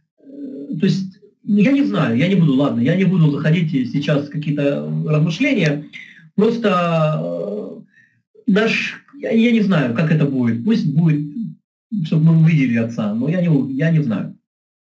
э, то есть, я не знаю, я не буду, ладно, я не буду заходить сейчас в какие-то размышления. Просто э, наш, я, я не знаю, как это будет. Пусть будет, чтобы мы увидели Отца, но я не, я не знаю.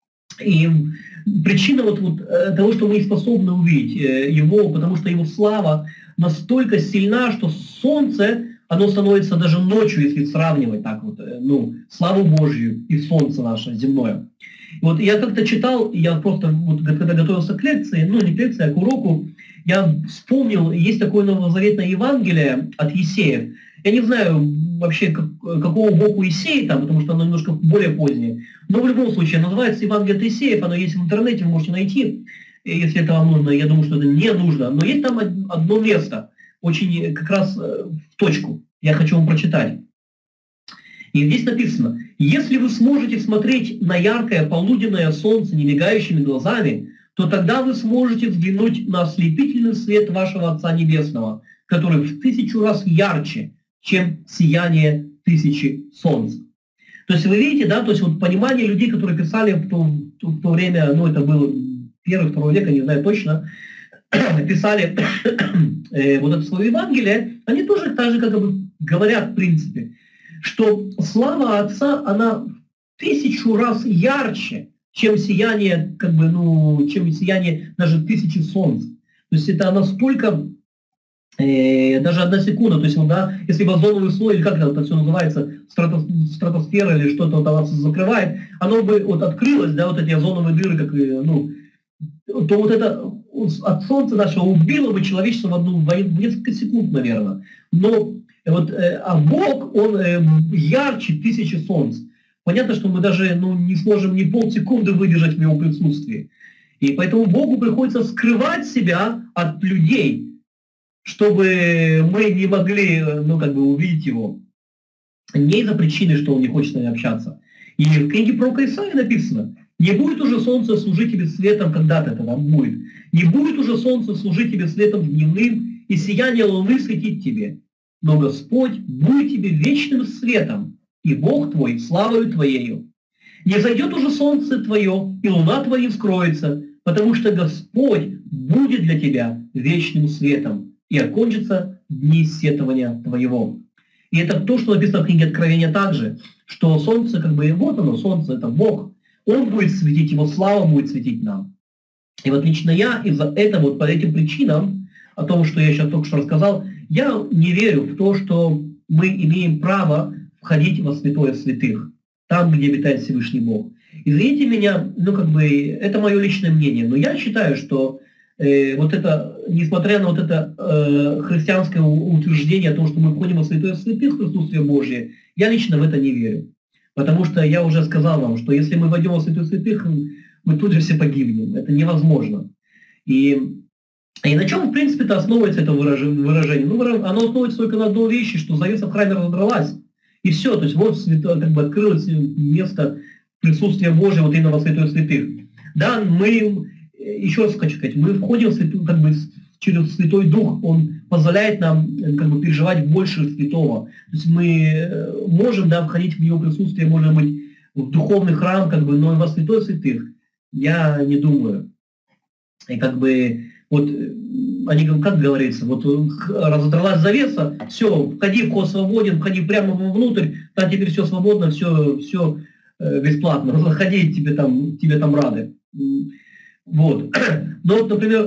И причина вот, вот того, что мы не способны увидеть Его, потому что Его слава настолько сильна, что солнце, оно становится даже ночью, если сравнивать так вот, ну, славу Божью и солнце наше земное. Вот я как-то читал, я просто, вот, когда готовился к лекции, ну не к лекции, а к уроку, я вспомнил, есть такое новозаветное Евангелие от Есеев. Я не знаю вообще, как, какого боку Есеи там, потому что оно немножко более позднее. Но в любом случае, называется Евангелие от Есеев, оно есть в интернете, вы можете найти, если это вам нужно. Я думаю, что это не нужно. Но есть там одно место, очень как раз в точку. Я хочу вам прочитать. И здесь написано: «Если вы сможете смотреть на яркое полуденное солнце немигающими глазами, то тогда вы сможете взглянуть на ослепительный свет вашего Отца Небесного, который в тысячу раз ярче, чем сияние тысячи солнц». То есть вы видите, да, то есть вот понимание людей, которые писали в то, в то время, ну это было первый, второй век, я не знаю точно, писали э, вот это свое Евангелие, они тоже так же как бы говорят в принципе, что слава Отца, она в тысячу раз ярче, чем сияние, как бы, ну, чем сияние даже тысячи солнц. То есть это настолько, э, даже одна секунда, то есть, вот, да, если бы озоновый слой, или как это все называется, стратосфера или что-то вот она закрывает, оно бы вот открылось, да, вот эти озоновые дыры, как, ну, то вот это от солнца нашего убило бы человечество в, одну, в несколько секунд, наверное. Но вот, э, а Бог, Он э, ярче тысячи солнц. Понятно, что мы даже ну, не сможем ни полсекунды выдержать в Его присутствии. И поэтому Богу приходится скрывать себя от людей, чтобы мы не могли ну, как бы увидеть Его. Не из-за причины, что Он не хочет с нами общаться. И в книге пророка Исаии написано: «Не будет уже солнце служить тебе светом, когда-то это там будет. Не будет уже солнце служить тебе светом дневным, и сияние луны светить тебе. Но Господь будет тебе вечным светом, и Бог твой славою твоею. Не зайдет уже солнце твое, и луна твоя вскроется, потому что Господь будет для тебя вечным светом, и окончатся дни сетования твоего. И это то, что написано в книге Откровения также, что солнце, как бы, вот оно, солнце, это Бог, Он будет светить, Его слава будет светить нам. И вот лично я из-за этого, вот по этим причинам, о том, что я сейчас только что рассказал, я не верю в то, что мы имеем право входить во святое святых, там, где обитает Всевышний Бог. Извините меня, ну как бы, это мое личное мнение, но я считаю, что э, вот это, несмотря на вот это э, христианское утверждение о том, что мы входим во святое святых в присутствие Божие, я лично в это не верю. Потому что я уже сказал вам, что если мы войдем во святое святых, мы тут же все погибнем. Это невозможно. И, и на чем, в принципе-то, основывается это выражение? Ну, оно основывается только на одной вещи, что завеса в храме разодралась. И все. То есть вот как бы открылось место присутствия Божьего вот именно во святое святых. Да, мы, еще раз хочу сказать, мы входим в святую, как бы через Святой Дух, Он позволяет нам как бы переживать больше святого. То есть мы можем, да, входить в Его присутствие, может быть, в духовный храм, как бы, но во святое святых я не думаю. И как бы, вот, они, как говорится, вот разодралась завеса, все, входи, вход свободен, входи прямо внутрь, там теперь все свободно, все, все бесплатно, заходи, тебе там, тебе там рады. Вот. Но вот, например,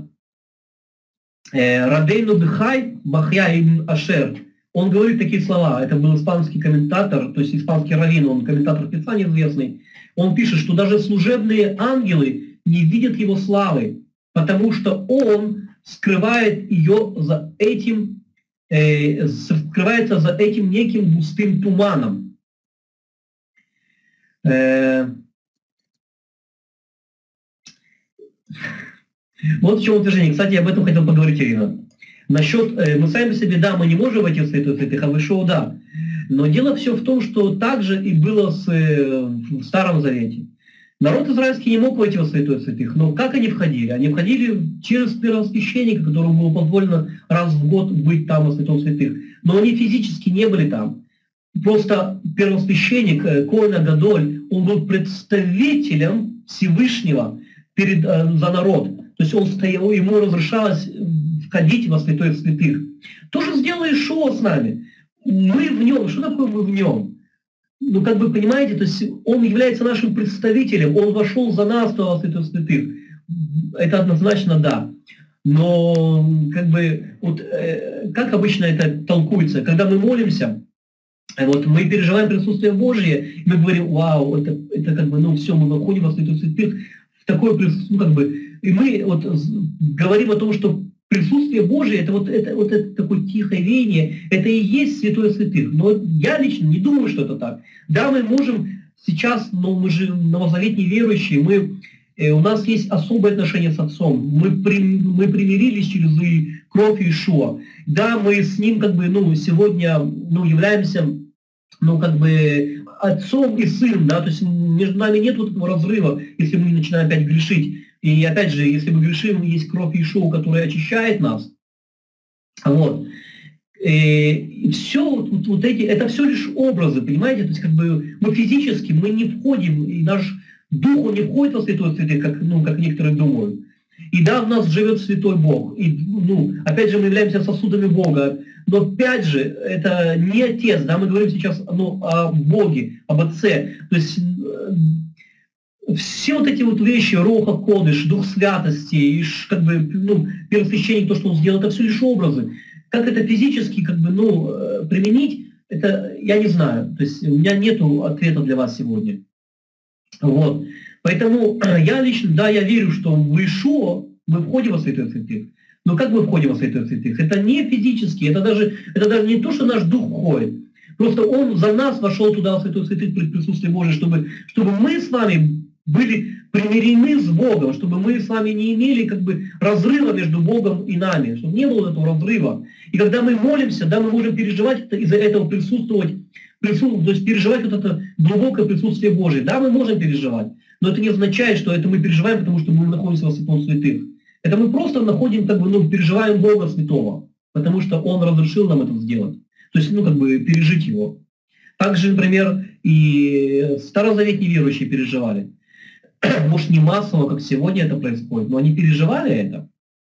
Рабейну Бехай Бахья ибн Ашер, он говорит такие слова, это был испанский комментатор, то есть испанский раввин, он комментатор Писания известный, он пишет, что даже служебные ангелы не видят его славы, потому что он скрывает ее за этим, э, скрывается за этим неким густым туманом. Э, вот в чем утверждение. Кстати, я об этом хотел поговорить, Ирина. Насчет, э, мы сами себе, да, мы не можем войти в святое святых, а вышел, да. Но дело все в том, что так же и было с, э, в Старом Завете. Народ израильский не мог войти во святое святых, но как они входили? Они входили через первосвященника, которому было позволено раз в год быть там во святом святых. Но они физически не были там. Просто первосвященник, э, Коэн ха-Гадоль, он был представителем Всевышнего перед, э, за народ. То есть он стоял, ему разрешалось входить во святое святых. То же сделал Иешуа с нами. Мы в нем. Что такое мы в нем? Ну, как бы, понимаете, то есть он является нашим представителем, он вошел за нас во святое святых. Это однозначно да. Но, как бы, вот, э, как обычно это толкуется? Когда мы молимся, вот, мы переживаем присутствие Божие, и мы говорим, вау, это, это как бы, ну, все, мы выходим во святое святых, в такое присутствие, ну, как бы, и мы вот говорим о том, что присутствие Божие, это вот это, вот это такое тихое веяние, это и есть святое святых. Но я лично не думаю, что это так. Да, мы можем сейчас, но мы же новозаветные верующие, мы, э, у нас есть особое отношение с Отцом. Мы, при, мы примирились через кровь Иешуа. Да, мы с Ним как бы, ну, сегодня, ну, являемся, ну, как бы Отцом и Сыном, да, то есть между нами нет вот этого разрыва, если мы начинаем опять грешить. И опять же, если мы грешим, есть кровь Иешуа, которая очищает нас. Вот. И все вот, вот эти, это все лишь образы, понимаете? То есть как бы мы физически, мы не входим, и наш дух, он не входит во святое святых, как, ну, как некоторые думают. И да, в нас живет святой Бог. И, ну, опять же, мы являемся сосудами Бога. Но опять же, это не Отец, да, мы говорим сейчас, ну, о Боге, об Отце. То есть все вот эти вот вещи, Роха Кодыш, Дух Святости, и как бы, ну, первосвященник, то, что он сделал, это все лишь образы. Как это физически, как бы, ну, применить, это я не знаю. То есть у меня нет ответа для вас сегодня. Вот. Поэтому я лично, да, я верю, что в Иешуа мы входим во святое святых. Но как мы входим во святое святых? Это не физически, это даже, это даже не то, что наш дух входит. Просто он за нас вошел туда, в святое святых, при присутствии Божьем, чтобы, чтобы мы с вами были примирены с Богом, чтобы мы с вами не имели как бы разрыва между Богом и нами, чтобы не было этого разрыва. И когда мы молимся, да, мы можем переживать это, из-за этого присутствовать, присутствовать, то есть переживать вот это глубокое присутствие Божие. Да, мы можем переживать, но это не означает, что это мы переживаем, потому что мы находимся во святом святых. Это мы просто находим, как бы, ну, переживаем Бога святого, потому что Он разрешил нам это сделать. То есть, ну, как бы, пережить Его. Также, например, и старозаветные верующие переживали. Может, не массово, как сегодня это происходит, но они переживали это.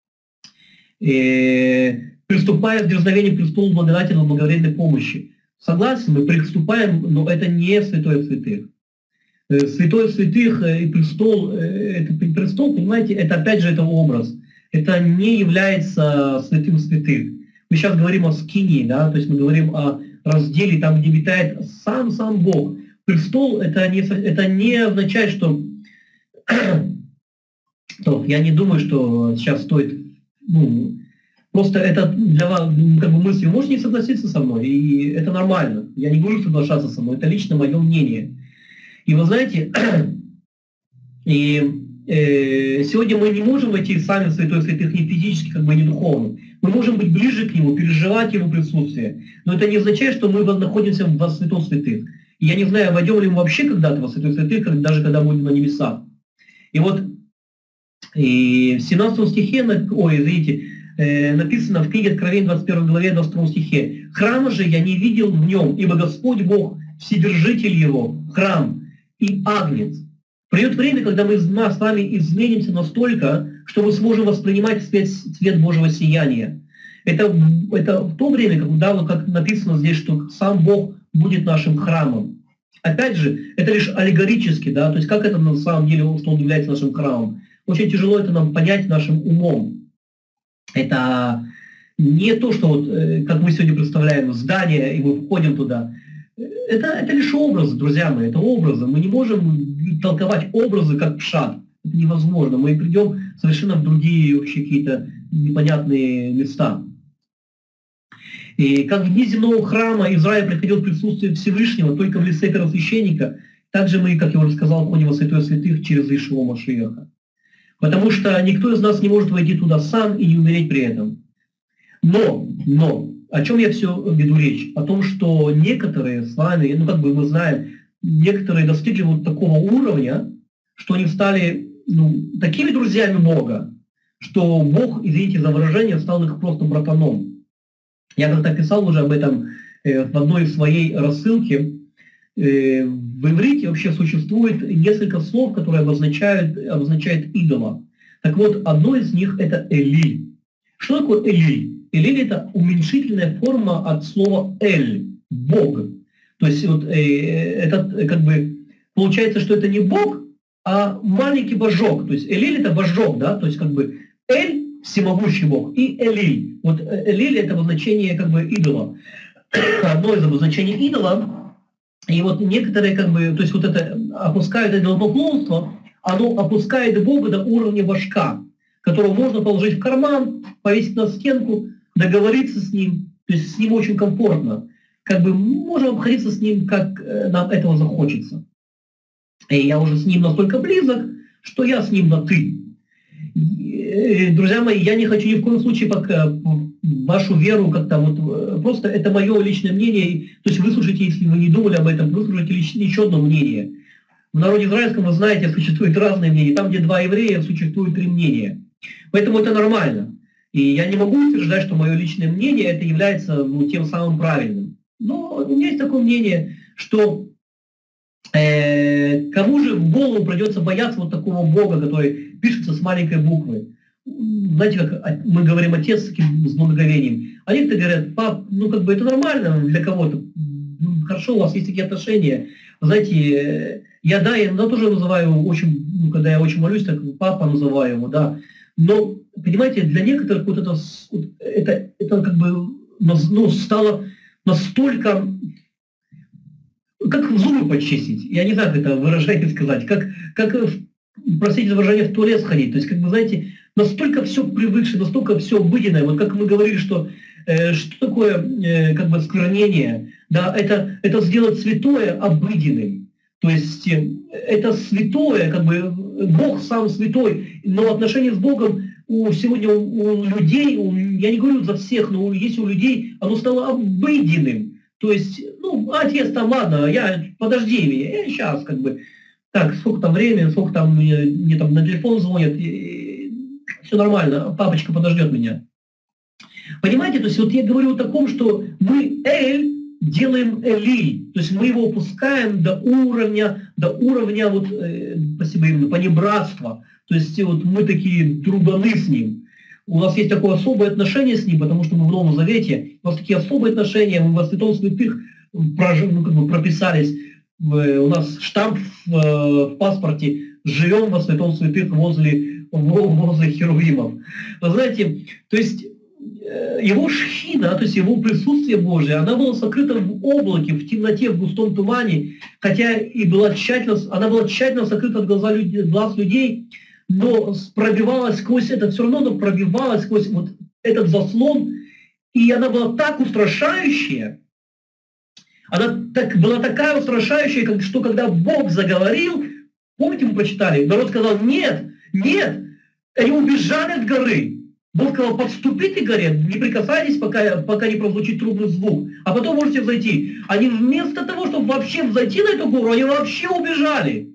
И, приступая к дерзновению к престолу благодати и благовременной помощи. Согласен, мы приступаем, но это не святое святых. Святой святых и престол, это престол, понимаете, это опять же это образ. Это не является святым святых. Мы сейчас говорим о скинии, да, то есть мы говорим о разделе, там, где обитает сам-сам Бог. Престол это не, это не означает, что... Я не думаю, что сейчас стоит... Ну, просто это для вас, как бы мысли, вы можете не согласиться со мной, и это нормально. Я не говорю соглашаться со мной, это лично мое мнение. И вы знаете, и, э, сегодня мы не можем войти сами в святой святых ни физически, как бы не духовно. Мы можем быть ближе к нему, переживать его присутствие. Но это не означает, что мы находимся во святом святых. И я не знаю, войдем ли мы вообще когда-то во святой святых, даже когда будем на небесах. И вот и в семнадцатом стихе, ой, извините, э, написано в книге Откровения двадцать первой главе двадцать втором стихе: «Храма же я не видел в нем, ибо Господь Бог, Вседержитель его, храм и агнец». Придет время, когда мы с вами изменимся настолько, что мы сможем воспринимать цвет, цвет Божьего сияния. Это, это в то время, когда, вот как написано здесь, что сам Бог будет нашим храмом. Опять же, это лишь аллегорически, да, то есть как это на самом деле, что он является нашим храмом. Очень тяжело это нам понять нашим умом. Это не то, что вот, как мы сегодня представляем, здание, и мы входим туда. Это, это лишь образы, друзья мои, это образы. Мы не можем толковать образы как пшат. Это невозможно. Мы придем совершенно в другие вообще какие-то непонятные места. И как в дни земного храма Израиль приходил в присутствие Всевышнего только в лице первосвященника, так же мы, как я уже сказал, ходим во святое святых через Иешуа Машиаха. Потому что никто из нас не может войти туда сам и не умереть при этом. Но, но, о чем я все веду речь? О том, что некоторые с вами, ну как бы мы знаем, некоторые достигли вот такого уровня, что они стали ну, такими друзьями Бога, что Бог, извините за выражение, стал их просто братаном. Я как-то писал уже об этом э, в одной своей рассылке. Э, в иврите вообще существует несколько слов, которые обозначают, обозначают идола. Так вот, одно из них это Элиль. Что такое Элиль? Элиль это уменьшительная форма от слова Эль, Бог. То есть вот, э, это как бы получается, что это не Бог, а маленький божок. То есть Элиль это божок, да, то есть как бы Эль всемогущий Бог, и Элиль. Вот Элиль это обозначение как бы идола. Одно из обозначений идола. И вот некоторые как бы, то есть вот это опускают идолопоклонство, оно опускает Бога до уровня божка, которого можно положить в карман, повесить на стенку, договориться с ним, то есть с ним очень комфортно. Как бы можем обходиться с ним, как нам этого захочется. И я уже с ним настолько близок, что я с ним на «ты». Друзья мои, я не хочу ни в коем случае пока вашу веру как-то вот, просто это мое личное мнение, то есть выслушайте, если вы не думали об этом, выслушайте еще одно мнение. В народе израильском, вы знаете, существует разные мнения, там, где два еврея, существует три мнения. Поэтому это нормально. И я не могу утверждать, что мое личное мнение это является ну, тем самым правильным. Но у меня есть такое мнение, что э, кому же в голову придется бояться вот такого Бога, который пишется с маленькой буквы. Знаете, как мы говорим отец с таким с благоговением. А некоторые говорят, пап, ну как бы это нормально для кого-то. Ну, хорошо, у вас есть такие отношения. Знаете, я да, я иногда тоже называю очень, ну, когда я очень молюсь, так папа называю его, да. Но, понимаете, для некоторых вот это, это, это как бы ну, стало настолько, как зубы почистить. Я не знаю, как это выражение сказать. Как, как простите за выражение, в туалет сходить. То есть, как бы, знаете, настолько все привыкшее, настолько все обыденное. Вот как мы говорили, что э, что такое э, как бы склонение, да, это, это сделать святое обыденным. То есть э, это святое, как бы Бог сам святой, но отношение с Богом у, сегодня у, у людей, у, я не говорю за всех, но есть у людей, оно стало обыденным. То есть, ну, отец там, ладно, я, подожди меня, я сейчас как бы, так, сколько там времени, сколько там мне, мне там на телефон звонят, и, и, все нормально, папочка подождет меня. Понимаете, то есть вот я говорю о таком, что мы Эль, делаем элиль, то есть мы его опускаем до уровня, до уровня вот, э, спасибо именно, понебратства. То есть вот мы такие друганы с ним. У нас есть такое особое отношение с ним, потому что мы в Новом Завете, у нас такие особые отношения, мы во святом святых прожив, ну, как бы прописались, в, у нас штамп в, в паспорте, живем во святом святых возле, возле херувимов. Вы знаете, то есть его шхина, то есть его присутствие Божие, она была сокрыта в облаке, в темноте, в густом тумане, хотя и была тщательно, она была тщательно сокрыта от глаза, глаз людей, но пробивалась сквозь это, все равно она пробивалась сквозь вот этот заслон, и она была так устрашающая, она так, была такая устрашающая, как, что когда Бог заговорил, помните, мы прочитали, народ сказал, нет, нет, они убежали от горы. Бог сказал, подступите к горе, не прикасайтесь, пока, пока не прозвучит трубный звук, а потом можете взойти. Они вместо того, чтобы вообще взойти на эту гору, они вообще убежали.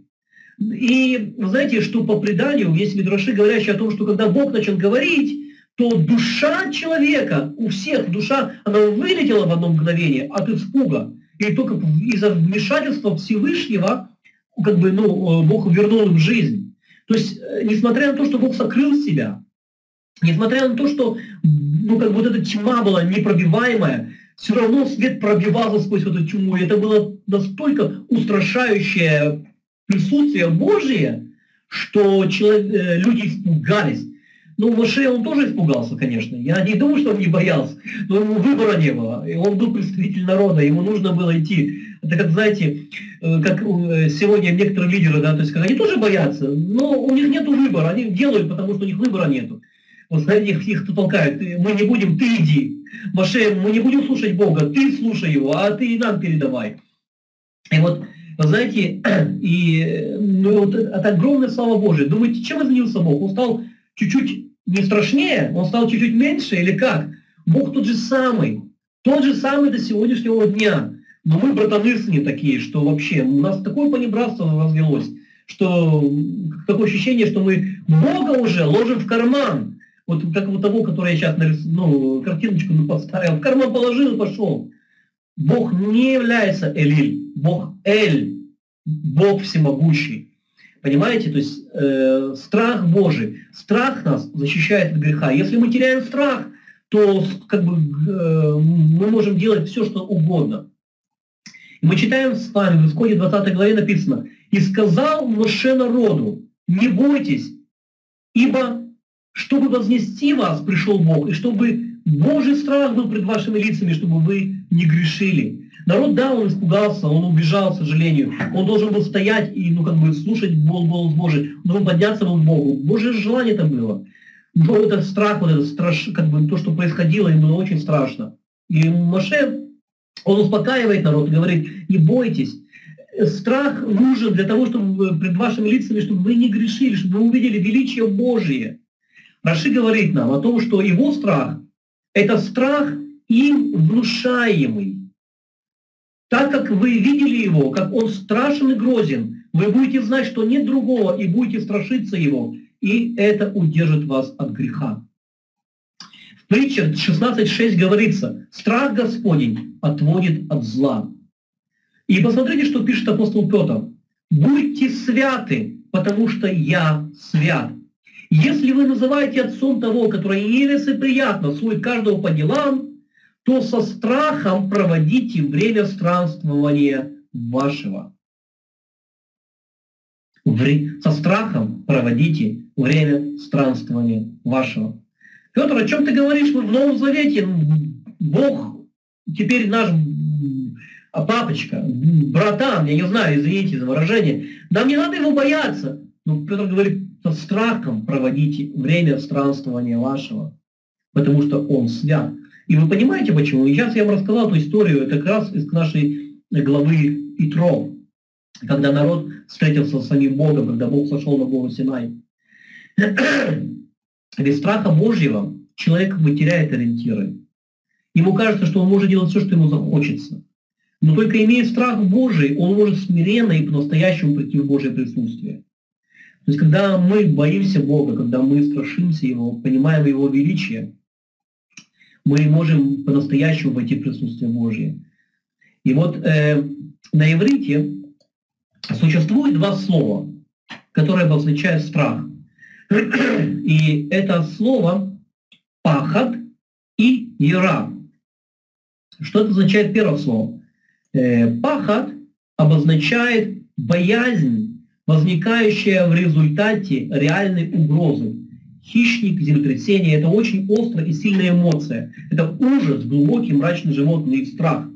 И знаете, что по преданию, есть мидраши, говорящие о том, что когда Бог начал говорить, то душа человека, у всех душа, она вылетела в одно мгновение от испуга. И только из-за вмешательства Всевышнего, как бы, ну, Бог вернул им жизнь. То есть, несмотря на то, что Бог сокрыл себя, несмотря на то, что ну, как вот эта тьма была непробиваемая, все равно свет пробивался сквозь эту тьму. И это было настолько устрашающее присутствие Божие, что человек, люди испугались. Ну, Моше, он тоже испугался, конечно. Я не думаю, что он не боялся, но ему выбора не было. И он был представитель народа, ему нужно было идти. Это как, знаете, как сегодня некоторые лидеры, да, то есть они тоже боятся, но у них нет выбора, они делают, потому что у них выбора нету. Вот знаете, их, их толкают, мы не будем, ты иди. Моше, мы не будем слушать Бога, ты слушай его, а ты нам передавай. И вот, знаете, и, ну, вот это огромная слава Божия. Думаете, чем изменился Бог? Он стал чуть-чуть не страшнее, он стал чуть-чуть меньше или как? Бог тот же самый, тот же самый до сегодняшнего дня. Но мы, братаны, с ним такие, что вообще у нас такое понебратство развелось, что такое ощущение, что мы Бога уже ложим в карман. Вот как вот того, который я сейчас нарисую, ну, картиночку поставил, в карман положил и пошел. Бог не является Элиль, Бог Эль, Бог всемогущий. Понимаете? То есть э, страх Божий, страх нас защищает от греха. Если мы теряем страх, то как бы, э, мы можем делать все, что угодно. И мы читаем с вами, в Исходе двадцатой главе написано, «И сказал Моше народу, не бойтесь, ибо чтобы вознести вас пришел Бог, и чтобы Божий страх был пред вашими лицами, чтобы вы не грешили». Народ, да, он испугался, он убежал, к сожалению. Он должен был стоять и, ну, как бы, слушать голос Божий. Он должен подняться был к Богу. Божье желание это было. Но этот страх, вот этот страш, как бы, то, что происходило, им было очень страшно. И Моше, он успокаивает народ и говорит, не бойтесь. Страх нужен для того, чтобы пред вашими лицами, чтобы вы не грешили, чтобы вы увидели величие Божие. Раши говорит нам о том, что его страх – это страх им внушаемый. Так как вы видели его, как он страшен и грозен, вы будете знать, что нет другого, и будете страшиться его, и это удержит вас от греха. В притчах шестнадцать шесть говорится, страх Господень отводит от зла. И посмотрите, что пишет апостол Петр. Будьте святы, потому что я свят. Если вы называете отцом того, который нелицеприятно судит каждого по делам, то со страхом проводите время странствования вашего. Со страхом проводите время странствования вашего. Петр, о чем ты говоришь? Мы в Новом Завете. Бог теперь наш папочка, братан, я не знаю, извините за выражение. Нам не надо его бояться. Но Петр говорит, со страхом проводите время странствования вашего, потому что он свят. И вы понимаете почему? И сейчас я вам рассказал эту историю, это как раз из нашей главы Итро, когда народ встретился с самим Богом, когда Бог сошел на гору Синай. Без страха Божьего человек как бы теряет ориентиры. Ему кажется, что он может делать все, что ему захочется. Но только имея страх Божий, он может смиренно и по-настоящему прийти в Божье присутствие. То есть, когда мы боимся Бога, когда мы страшимся Его, понимаем Его величие, мы можем по-настоящему войти в присутствие Божье. И вот э, на иврите существует два слова, которые обозначают страх. И это слово пахат и ира. Что это означает первое слово? Э, пахат обозначает боязнь, возникающая в результате реальной угрозы. Хищник, землетрясение – это очень острая и сильная эмоция. Это ужас, глубокий, мрачный животный страх.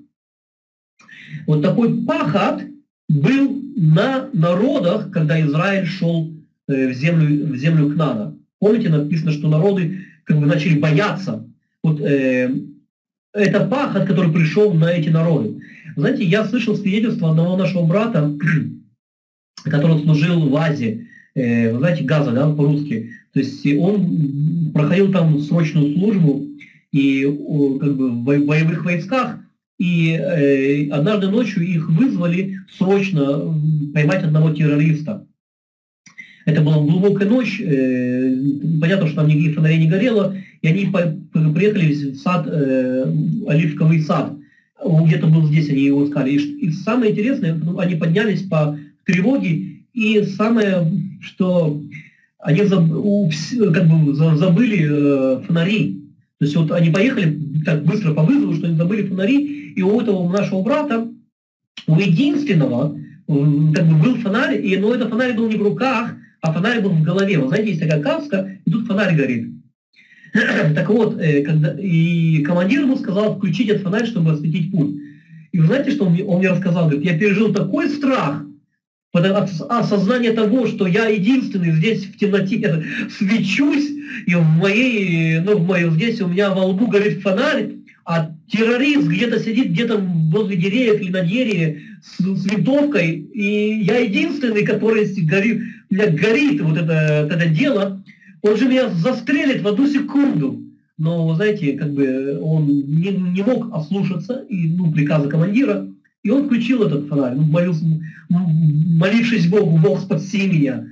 Вот такой пахат был на народах, когда Израиль шел в землю, в землю Кнаана. Помните, написано, что народы как бы начали бояться. Вот э, это пахат, который пришел на эти народы. Знаете, я слышал свидетельство одного нашего брата, который служил в Азии, э, знаете, Газа, да, по-русски. То есть он проходил там срочную службу и как бы в боевых войсках, и э, однажды ночью их вызвали срочно поймать одного террориста. Это была глубокая ночь, э, понятно, что там никаких фонарей не горело, и они по, приехали в сад, э, оливковый сад. Он где-то был здесь, они его искали. И, и самое интересное, они поднялись по тревоге, и самое, что они заб, у, как бы забыли э, фонари. То есть вот они поехали так быстро по вызову, что они забыли фонари, и у этого нашего брата, у единственного, как бы был фонарь, и, но этот фонарь был не в руках, а фонарь был в голове. Вы знаете, есть такая каска, и тут фонарь горит. Так вот, когда, и командир ему сказал включить этот фонарь, чтобы осветить путь. И вы знаете, что он мне, он мне рассказал? Говорит, я пережил такой страх от осознания того, что я единственный здесь в темноте свечусь, и в моей, ну, в моей, здесь у меня во лбу горит фонарь, а террорист где-то сидит где-то возле деревьев или на дереве с, с винтовкой, и я единственный, который горит, у меня горит вот это, это дело, он же меня застрелит в одну секунду. Но, вы знаете, как бы он не, не мог ослушаться и, ну, приказа командира, и он включил этот фонарь, ну, молился, молившись Богу, Бог спаси меня.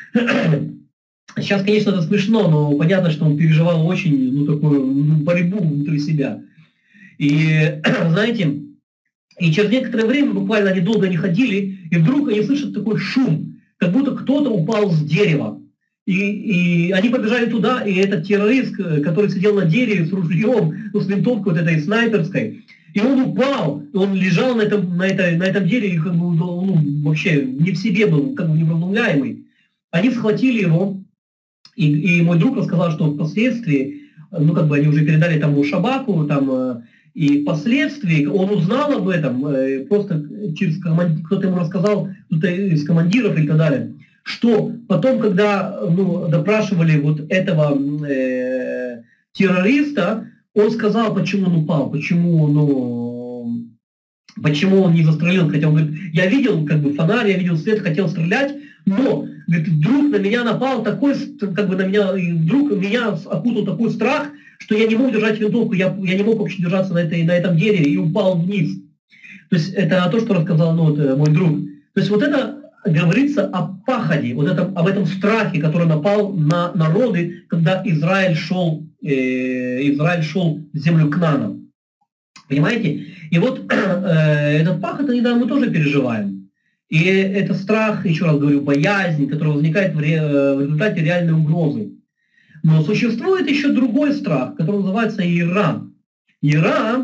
Сейчас, конечно, это смешно, но понятно, что он переживал очень, ну, такую, ну, борьбу внутри себя. И, знаете, и через некоторое время, буквально они долго не ходили, и вдруг они слышат такой шум, как будто кто-то упал с дерева. И, и они побежали туда, и этот террорист, который сидел на дереве с ружьем, ну, с винтовкой вот этой снайперской, и он упал, он лежал на этом, на этой, на этом дереве, и как бы, ну, вообще не в себе был, как бы невразумляемый. Они схватили его, и, и мой друг рассказал, что впоследствии, ну, как бы они уже передали тому Шабаку, там, и впоследствии он узнал об этом, просто через команд... кто-то ему рассказал, кто-то из командиров и так далее, что потом, когда, ну, допрашивали вот этого э, террориста, он сказал, почему он упал, почему, ну, почему он не застрелил, хотя он говорит, я видел как бы фонарь, я видел свет, хотел стрелять, но, говорит, вдруг на меня напал такой, как бы на меня, вдруг меня окутал такой страх, что я не мог держать винтовку, я, я не мог вообще держаться на, этой, на этом дереве и упал вниз. То есть это то, что рассказал, ну, вот, мой друг. То есть вот это говорится о паходе, вот это, об этом страхе, который напал на народы, когда Израиль шел, э, Израиль шел в землю Кнаана. Понимаете? И вот э, этот пахот, иногда мы тоже переживаем. И это страх, еще раз говорю, боязнь, которая возникает в, ре, в результате реальной угрозы. Но существует еще другой страх, который называется ира. Ира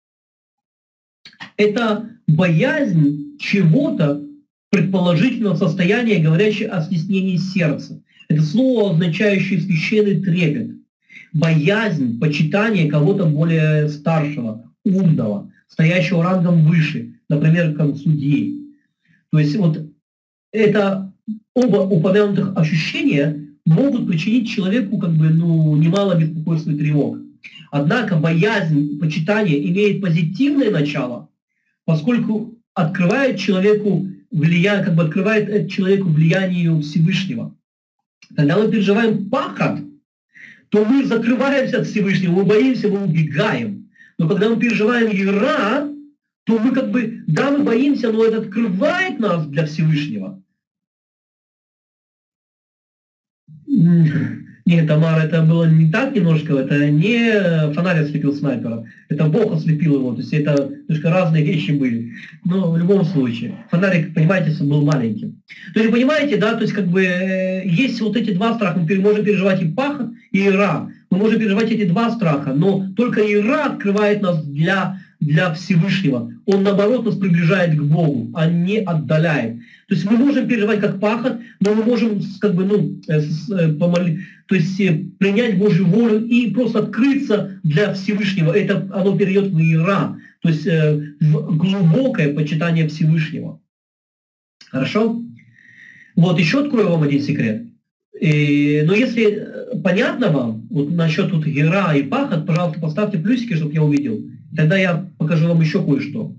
– это боязнь чего-то, предположительного состояния, говорящее о стеснении сердца. Это слово, означающее священный трепет. Боязнь, почитание кого-то более старшего, умного, стоящего рангом выше, например, как судей. То есть вот это оба упомянутых ощущения могут причинить человеку как бы, ну, немало беспокойства и тревог. Однако боязнь, почитание имеет позитивное начало, поскольку открывает человеку влияние, как бы открывает человеку влиянию Всевышнего. Когда мы переживаем пахот, то мы закрываемся от Всевышнего, мы боимся, мы убегаем. Но когда мы переживаем ира, то мы как бы, да, мы боимся, но это открывает нас для Всевышнего. Нет, Тамар, это было не так немножко, это не фонарь ослепил снайпера, это Бог ослепил его, то есть это немножко разные вещи были. Но в любом случае, фонарик, понимаете, был маленьким. То есть, понимаете, да, то есть как бы есть вот эти два страха, мы можем переживать и пахот, и ира. Мы можем переживать эти два страха, но только ира открывает нас для, для Всевышнего. Он, наоборот, нас приближает к Богу, а не отдаляет. То есть мы можем переживать как пахот, но мы можем как бы, ну, помолить, то есть принять Божью волю и просто открыться для Всевышнего. Это оно перейдет в ира, то есть в глубокое почитание Всевышнего. Хорошо? Вот еще открою вам один секрет. И, но если понятно вам, вот насчет тут ира и пахот, пожалуйста, поставьте плюсики, чтобы я увидел. Тогда я покажу вам еще кое-что.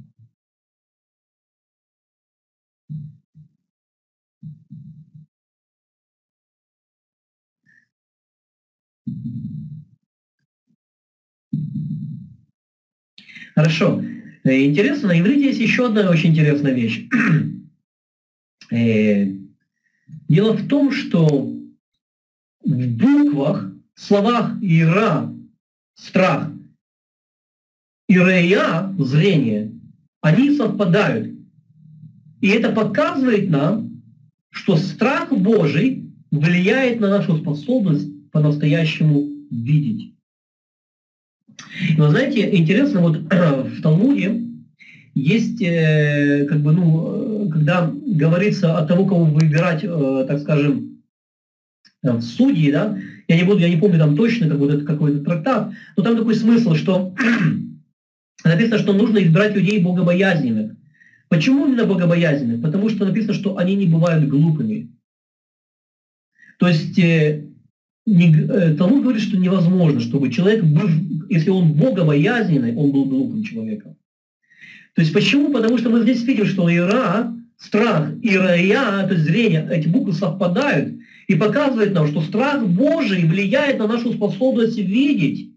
Хорошо. Интересно, на иврите есть еще одна очень интересная вещь. Дело в том, что в буквах, в словах ира, страх, и рея, зрение, они совпадают. И это показывает нам, что страх Божий влияет на нашу способность по-настоящему видеть. Но знаете, интересно, вот в Талмуде есть, э, как бы, ну, когда говорится о того, кого выбирать, э, так скажем, в судьи, да, я не буду, я не помню там точно, как вот это какой-то трактат, но там такой смысл, что написано, что нужно избирать людей богобоязненных. Почему именно богобоязненных? Потому что написано, что они не бывают глупыми. То есть э, не, э, Талмуд говорит, что невозможно, чтобы человек был, если он богобоязненный, он был глупым человеком. То есть почему? Потому что мы здесь видим, что ира, страх и рая, то есть зрение, эти буквы совпадают и показывают нам, что страх Божий влияет на нашу способность видеть.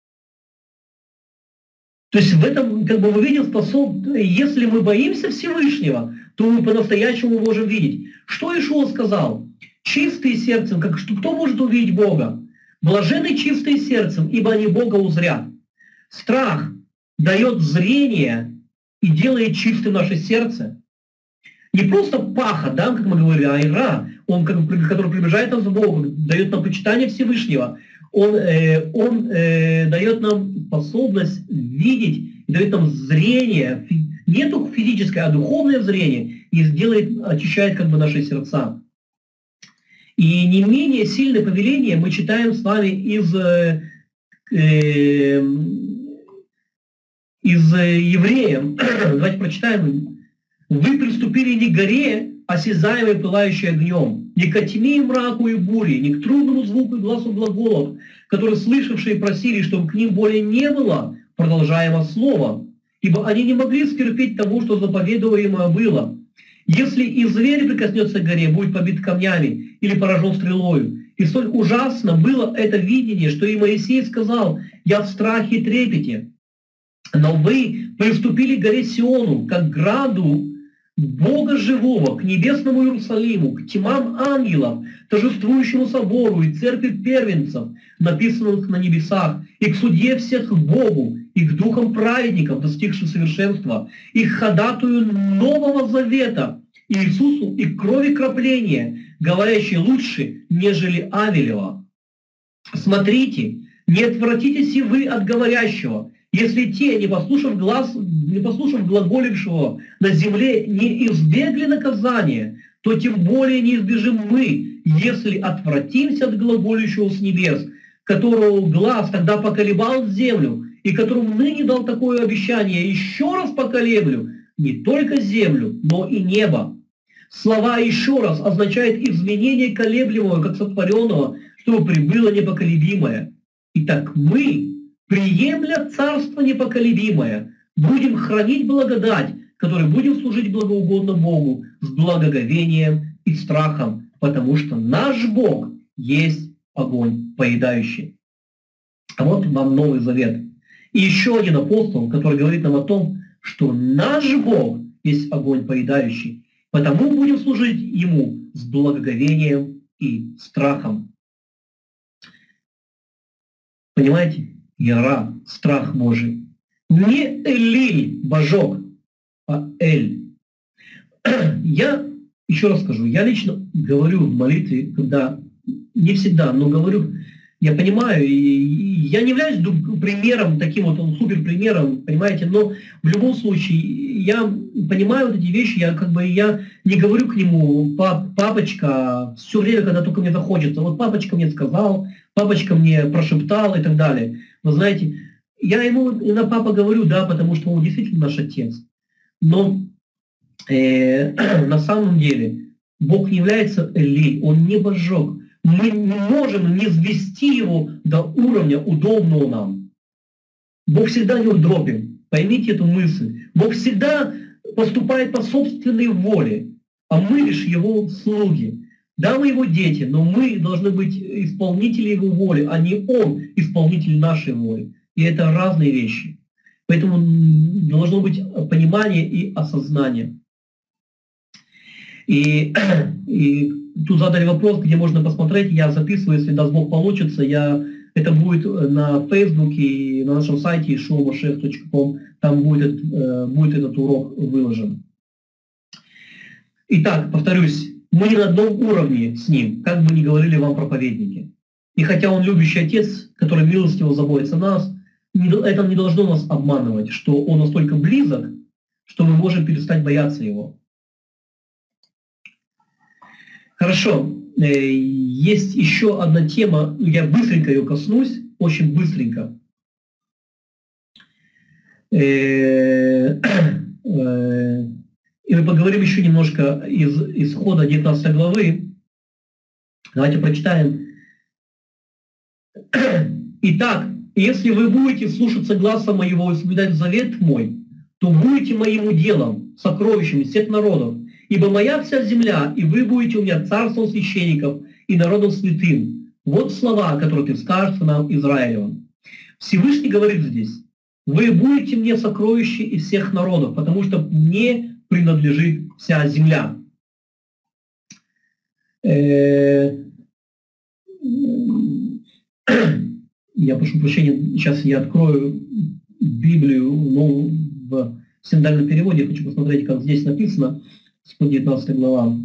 То есть в этом, как бы мы видим, способ... если мы боимся Всевышнего, то мы по-настоящему можем видеть. Что Иешуа сказал? Чистые сердцем, как, что, кто может увидеть Бога? Блаженны чистые сердцем, ибо они Бога узрят. Страх дает зрение и делает чистым наше сердце. Не просто пахот, да, как мы говорили, а ира, он, который приближает нас к Богу, дает нам почитание Всевышнего. Он, э, он э, дает нам способность видеть, дает нам зрение, не только физическое, а духовное зрение, и сделает, очищает как бы наши сердца. И не менее сильное повеление мы читаем с вами из, э, э, из Евреев. Давайте прочитаем. «Вы приступили не к горе, осязаемой, пылающей огнем, не к тьме и мраку и буре, не к трудному звуку и глазу глаголов, которые слышавшие просили, чтобы к ним более не было продолжаемо слова, ибо они не могли стерпеть того, что заповедуемо было. Если и зверь прикоснется к горе, будет побит камнями или поражен стрелою. И столь ужасно было это видение, что и Моисей сказал: «Я в страхе и трепете». Но вы приступили к горе Сиону, как к граду Бога живого, к небесному Иерусалиму, к тьмам ангелов, торжествующему собору и церкви первенцев, написанных на небесах, и к судье всех Богу, и к духам праведников, достигших совершенства, и к ходатую нового завета, Иисусу, и к крови кропления, говорящей лучше, нежели Авелева. Смотрите, не отвратитесь и вы от говорящего, если те, не послушав, глаз, не послушав глаголившего на земле, не избегли наказания, то тем более не избежим мы, если отвратимся от глаголящего с небес, которого глаз тогда поколебал землю, и которому ныне дал такое обещание: еще раз поколеблю не только землю, но и небо. Слова «еще раз» означает изменение колеблемого, как сотворенного, чтобы прибыло непоколебимое. Итак, мы, приемля царство непоколебимое, будем хранить благодать, которой будем служить благоугодно Богу с благоговением и страхом, потому что наш Бог есть огонь поедающий. А вот вам Новый Завет. И еще один апостол, который говорит нам о том, что наш Бог есть огонь поедающий, потому будем служить Ему с благоговением и страхом. Понимаете? Яра, страх Божий. Не Элиль, божок, а Эль. Я еще раз скажу, я лично говорю в молитве, когда, не всегда, но говорю, я понимаю, и, и я не являюсь примером, таким вот суперпримером, понимаете, но в любом случае я понимаю вот эти вещи, я как бы я не говорю к нему, пап, папочка, все время, когда только мне захочется, вот папочка мне сказал, папочка мне прошептал и так далее. Вы знаете, я ему на папа говорю, да, потому что он действительно наш отец, но э, на самом деле Бог не является Элей, он не божок. Мы не можем не свести его до уровня удобного нам. Бог всегда неудобен. Поймите эту мысль. Бог всегда поступает по собственной воле, а мы лишь его слуги. Да, мы его дети, но мы должны быть исполнители его воли, а не он исполнитель нашей воли. И это разные вещи. Поэтому должно быть понимание и осознание. И, и тут задали вопрос, где можно посмотреть. Я записываю, если даст Бог получится. Я, это будет на Фейсбуке и на нашем сайте шоу машех точка ком. Там будет, будет этот урок выложен. Итак, повторюсь, мы не на одном уровне с ним, как бы ни говорили вам проповедники. И хотя он любящий отец, который милостиво заботится о нас, это не должно нас обманывать, что он настолько близок, что мы можем перестать бояться его. Хорошо, есть еще одна тема, я быстренько ее коснусь, очень быстренько. И мы поговорим еще немножко из Исхода девятнадцатой главы. Давайте прочитаем. Итак, если вы будете слушаться гласа моего и соблюдать завет мой, то будете моим уделом, сокровищем всех народов. Ибо моя вся земля, и вы будете у меня царством священников и народом святым. Вот слова, которые ты скажешь нам, Израилевым. Всевышний говорит здесь: вы будете мне сокровища из всех народов, потому что мне принадлежит вся земля. Я прошу прощения, сейчас я открою Библию, но в синодальном переводе, я хочу посмотреть, как здесь написано. сто девятнадцатая глава.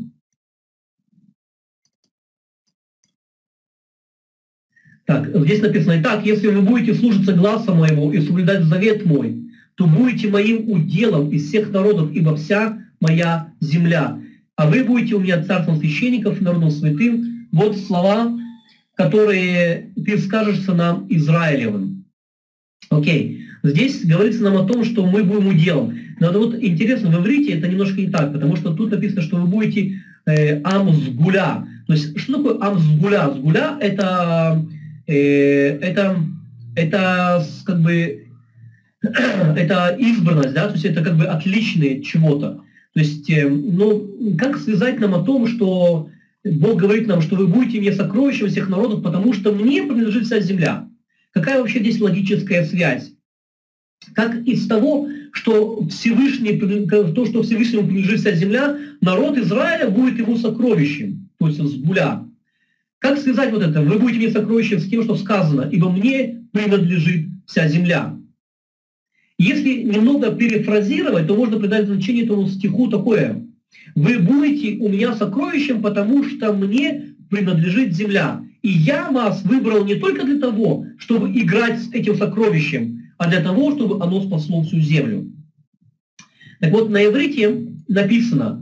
Так, здесь написано: «Итак, если вы будете слушаться гласа моего и соблюдать завет мой, то будете моим уделом из всех народов, ибо вся моя земля. А вы будете у меня царством священников и народом святым». Вот слова, которые ты скажешь сынам Израилевым. Окей. Здесь говорится нам о том, что мы будем уделом. Но вот интересно, в иврите это немножко не так, потому что тут написано, что вы будете э, ам сгуля. То есть, что такое ам сгуля? Сгуля это, э, это, это как бы это избранность, да, то есть это как бы отличное чего-то. То есть, э, ну, как связать нам о том, что Бог говорит нам, что вы будете мне сокровищем всех народов, потому что мне принадлежит вся земля. Какая вообще здесь логическая связь? Как из того, что Всевышний, то, что Всевышнему принадлежит вся земля, народ Израиля будет ему сокровищем, то есть сгуля. Как связать вот это? Вы будете мне сокровищем с тем, что сказано: ибо мне принадлежит вся земля. Если немного перефразировать, то можно придать значение этому стиху такое: вы будете у меня сокровищем, потому что мне принадлежит земля. И я вас выбрал не только для того, чтобы играть с этим сокровищем, а для того, чтобы оно спасло всю землю. Так вот, на иврите написано: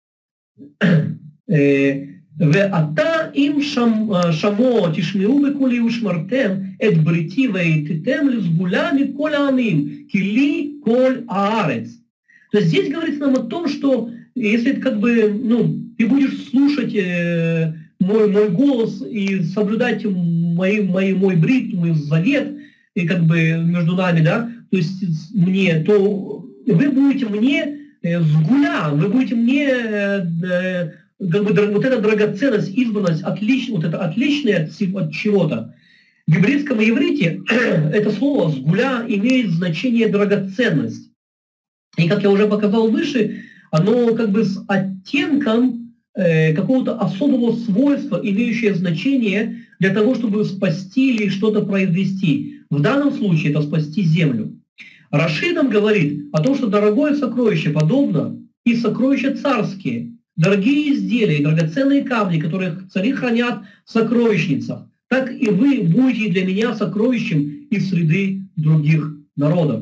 «Веата им шамо тишмеу бекули ушмартем эт брити вейтитем лизгуля миколь ааним кили коль аарец». То есть здесь говорится нам о том, что если как бы, ну, ты будешь слушать э, мой, мой голос и соблюдать мой, мой, мой брит, мой завет, и как бы между нами, да, то есть мне, то вы будете мне э, сгуля, вы будете мне э, как бы вот эта драгоценность, избранность, отлично, вот это отличное от, от чего-то. В еврейском иврите это слово сгуля имеет значение драгоценность. И как я уже показал выше, оно как бы с оттенком э, какого-то особого свойства, имеющее значение для того, чтобы спасти или что-то произвести. В данном случае это спасти землю. Рашидам говорит о том, что дорогое сокровище подобно и сокровища царские, дорогие изделия и драгоценные камни, которые цари хранят в сокровищницах, так и вы будете для меня сокровищем из среды других народов.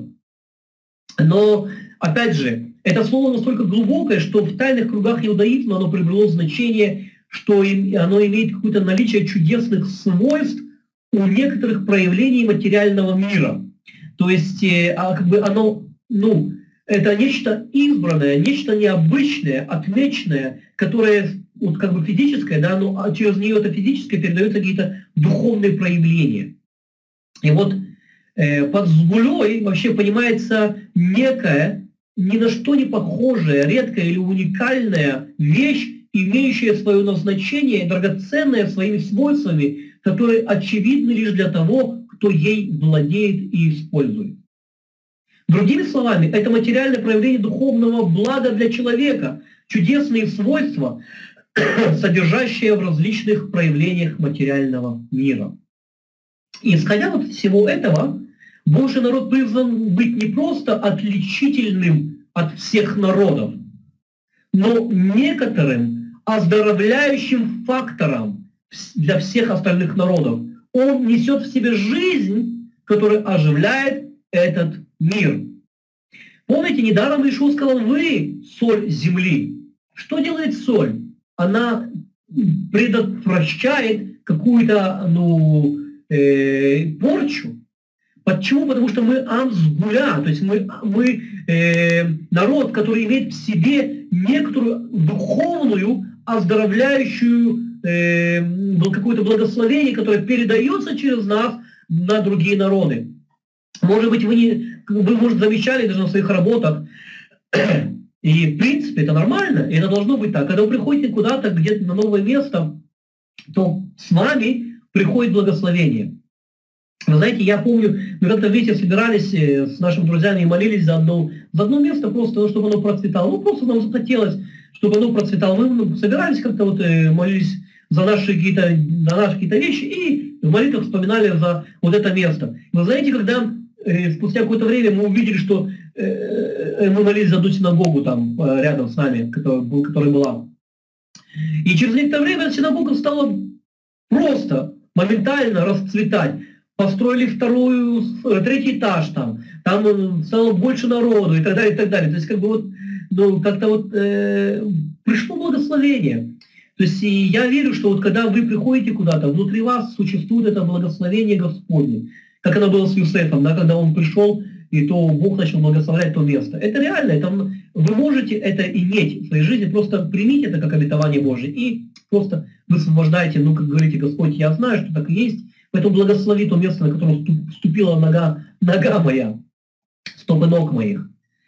Но, опять же, это слово настолько глубокое, что в тайных кругах иудаизма оно приобрело значение, что оно имеет какое-то наличие чудесных свойств у некоторых проявлений материального мира. То есть как бы оно, ну, это нечто избранное, нечто необычное, отмеченное, которое вот как бы физическое, да, но через нее это физическое передаются какие-то духовные проявления. И вот э, под сгулей вообще понимается некая, ни на что не похожая, редкая или уникальная вещь, имеющая свое назначение, драгоценная своими свойствами, которые очевидны лишь для того, кто ей владеет и использует. Другими словами, это материальное проявление духовного блага для человека, чудесные свойства, содержащие в различных проявлениях материального мира. И исходя вот из всего этого, Божий народ призван быть не просто отличительным от всех народов, но некоторым оздоровляющим фактором для всех остальных народов. Он несет в себе жизнь, которая оживляет этот мир. Помните, недаром Иисус сказал: вы соль земли. Что делает соль? Она предотвращает какую-то ну, э, порчу. Почему? Потому что мы амсгуля, то есть мы, мы э, народ, который имеет в себе некоторую духовную, оздоровляющую э, какое-то благословение, которое передается через нас на другие народы. Может быть, вы, не, вы может, замечали даже на своих работах, и в принципе это нормально, и это должно быть так. Когда вы приходите куда-то, где-то на новое место, то с вами приходит благословение. Вы знаете, я помню, мы как-то вместе собирались с нашими друзьями и молились за одно, за одно место, просто чтобы оно процветало. Ну, просто нам захотелось, чтобы оно процветало. Мы собирались как-то, вот, молились за наши какие-то, за наши какие-то вещи и в молитвах вспоминали за вот это место. Вы знаете, когда э, спустя какое-то время мы увидели, что э, мы молились за одну синагогу там рядом с нами, которая, которая была. И через некоторое время эта синагога стала просто, моментально расцветать. Построили вторую, третий этаж там, там стало больше народу и так далее, и так далее. То есть как бы вот, ну, как-то вот э, пришло благословение. То есть и я верю, что вот когда вы приходите куда-то, внутри вас существует это благословение Господне. Как оно было с Юсефом, да, когда он пришел, и то Бог начал благословлять то место. Это реально, это, вы можете это иметь в своей жизни, просто примите это как обетование Божие и просто высвобождайте, ну, как говорите, Господь, я знаю, что так и есть, поэтому благослови то место, на котором ступила нога, нога моя, стопы ног моих.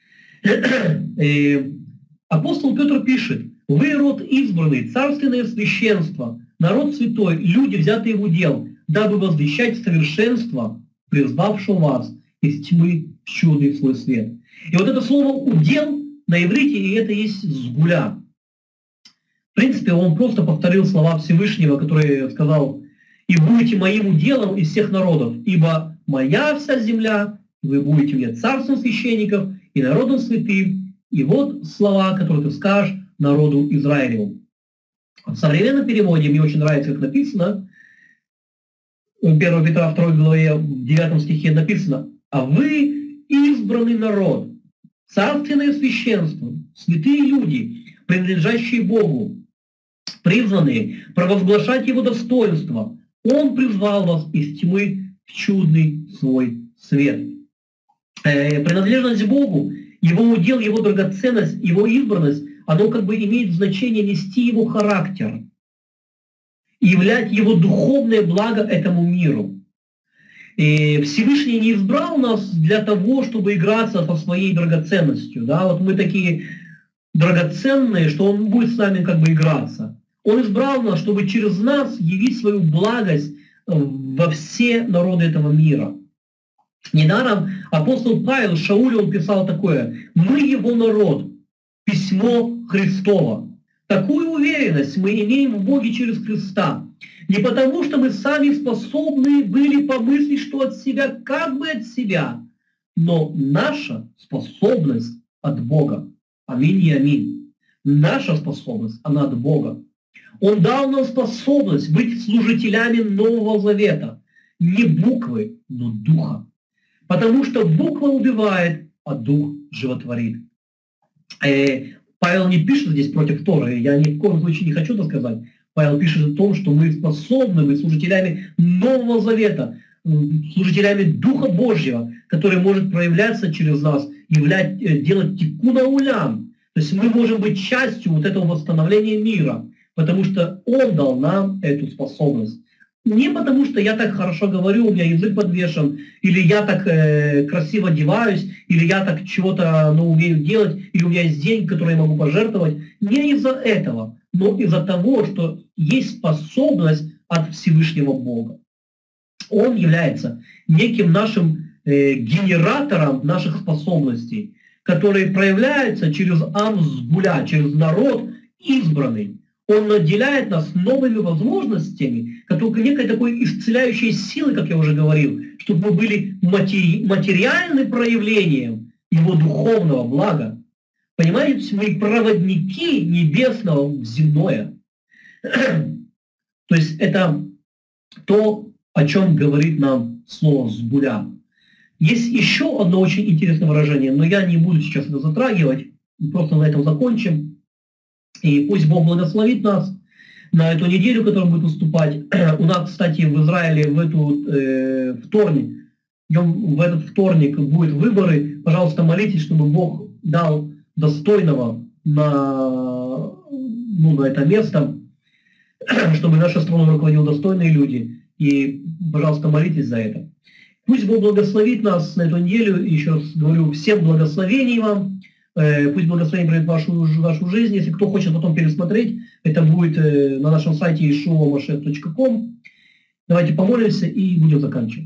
И апостол Петр пишет: «Вы род избранный, царственное священство, народ святой, люди, взятые в удел, дабы возвещать совершенство, призвавшего вас из тьмы в чудный свой свет». И вот это слово «удел» на иврите, и это есть «сгуля». В принципе, он просто повторил слова Всевышнего, который сказал: «И будете моим уделом из всех народов, ибо моя вся земля, вы будете мне царством священников и народом святым». И вот слова, которые ты скажешь народу Израилеву. В современном переводе мне очень нравится, как написано, в первое Петра второй главе, в девятом стихе написано: «А вы избранный народ, царственное священство, святые люди, принадлежащие Богу, призванные провозглашать Его достоинство. Он призвал вас из тьмы в чудный свой свет». Э, принадлежность Богу, Его удел, Его драгоценность, Его избранность, оно как бы имеет значение нести Его характер и являть Его духовное благо этому миру. И Всевышний не избрал нас для того, чтобы играться со своей драгоценностью. Да? Вот мы такие драгоценные, что Он будет с нами как бы играться. Он избрал нас, чтобы через нас явить свою благость во все народы этого мира. Недаром апостол Павел Шаулю он писал такое: «Мы его народ, письмо Христово». Такую уверенность мы имеем в Боге через Христа. Не потому, что мы сами способны были помыслить, что от себя, как бы от себя, но наша способность от Бога. Аминь и аминь. Наша способность, она от Бога. Он дал нам способность быть служителями Нового Завета. Не буквы, но духа. Потому что буква убивает, а дух животворит. Э, Павел не пишет здесь против Торы, я ни в коем случае не хочу это сказать. Павел пишет о том, что мы способны быть служителями Нового Завета, служителями Духа Божьего, который может проявляться через нас, являть, делать тикун аулям. То есть мы можем быть частью вот этого восстановления мира, потому что Он дал нам эту способность. Не потому, что я так хорошо говорю, у меня язык подвешен, или я так э, красиво одеваюсь, или я так чего-то ну, умею делать, или у меня есть деньги, которые я могу пожертвовать. Не из-за этого, но из-за того, что есть способность от Всевышнего Бога. Он является неким нашим э, генератором наших способностей, которые проявляются через Ам-Сгуля, через народ избранный. Он наделяет нас новыми возможностями, как некой такой исцеляющей силы, как я уже говорил, чтобы мы были матери- материальным проявлением Его духовного блага. Понимаете, мы проводники небесного в земное. То есть это то, о чем говорит нам слово «сгуля». Есть еще одно очень интересное выражение, но я не буду сейчас это затрагивать, просто на этом закончим. И пусть Бог благословит нас на эту неделю, которая будет выступать. У нас, кстати, в Израиле в эту э, вторник, в этот вторник будут выборы. Пожалуйста, молитесь, чтобы Бог дал достойного на, ну, на это место, чтобы наша страна руководила достойные люди. И, пожалуйста, молитесь за это. Пусть Бог благословит нас на эту неделю. Еще раз говорю, всем благословений вам. Пусть благословение придет в вашу, вашу жизнь. Если кто хочет потом пересмотреть, это будет на нашем сайте ишуа машех точка ком. Давайте помолимся и будем заканчивать.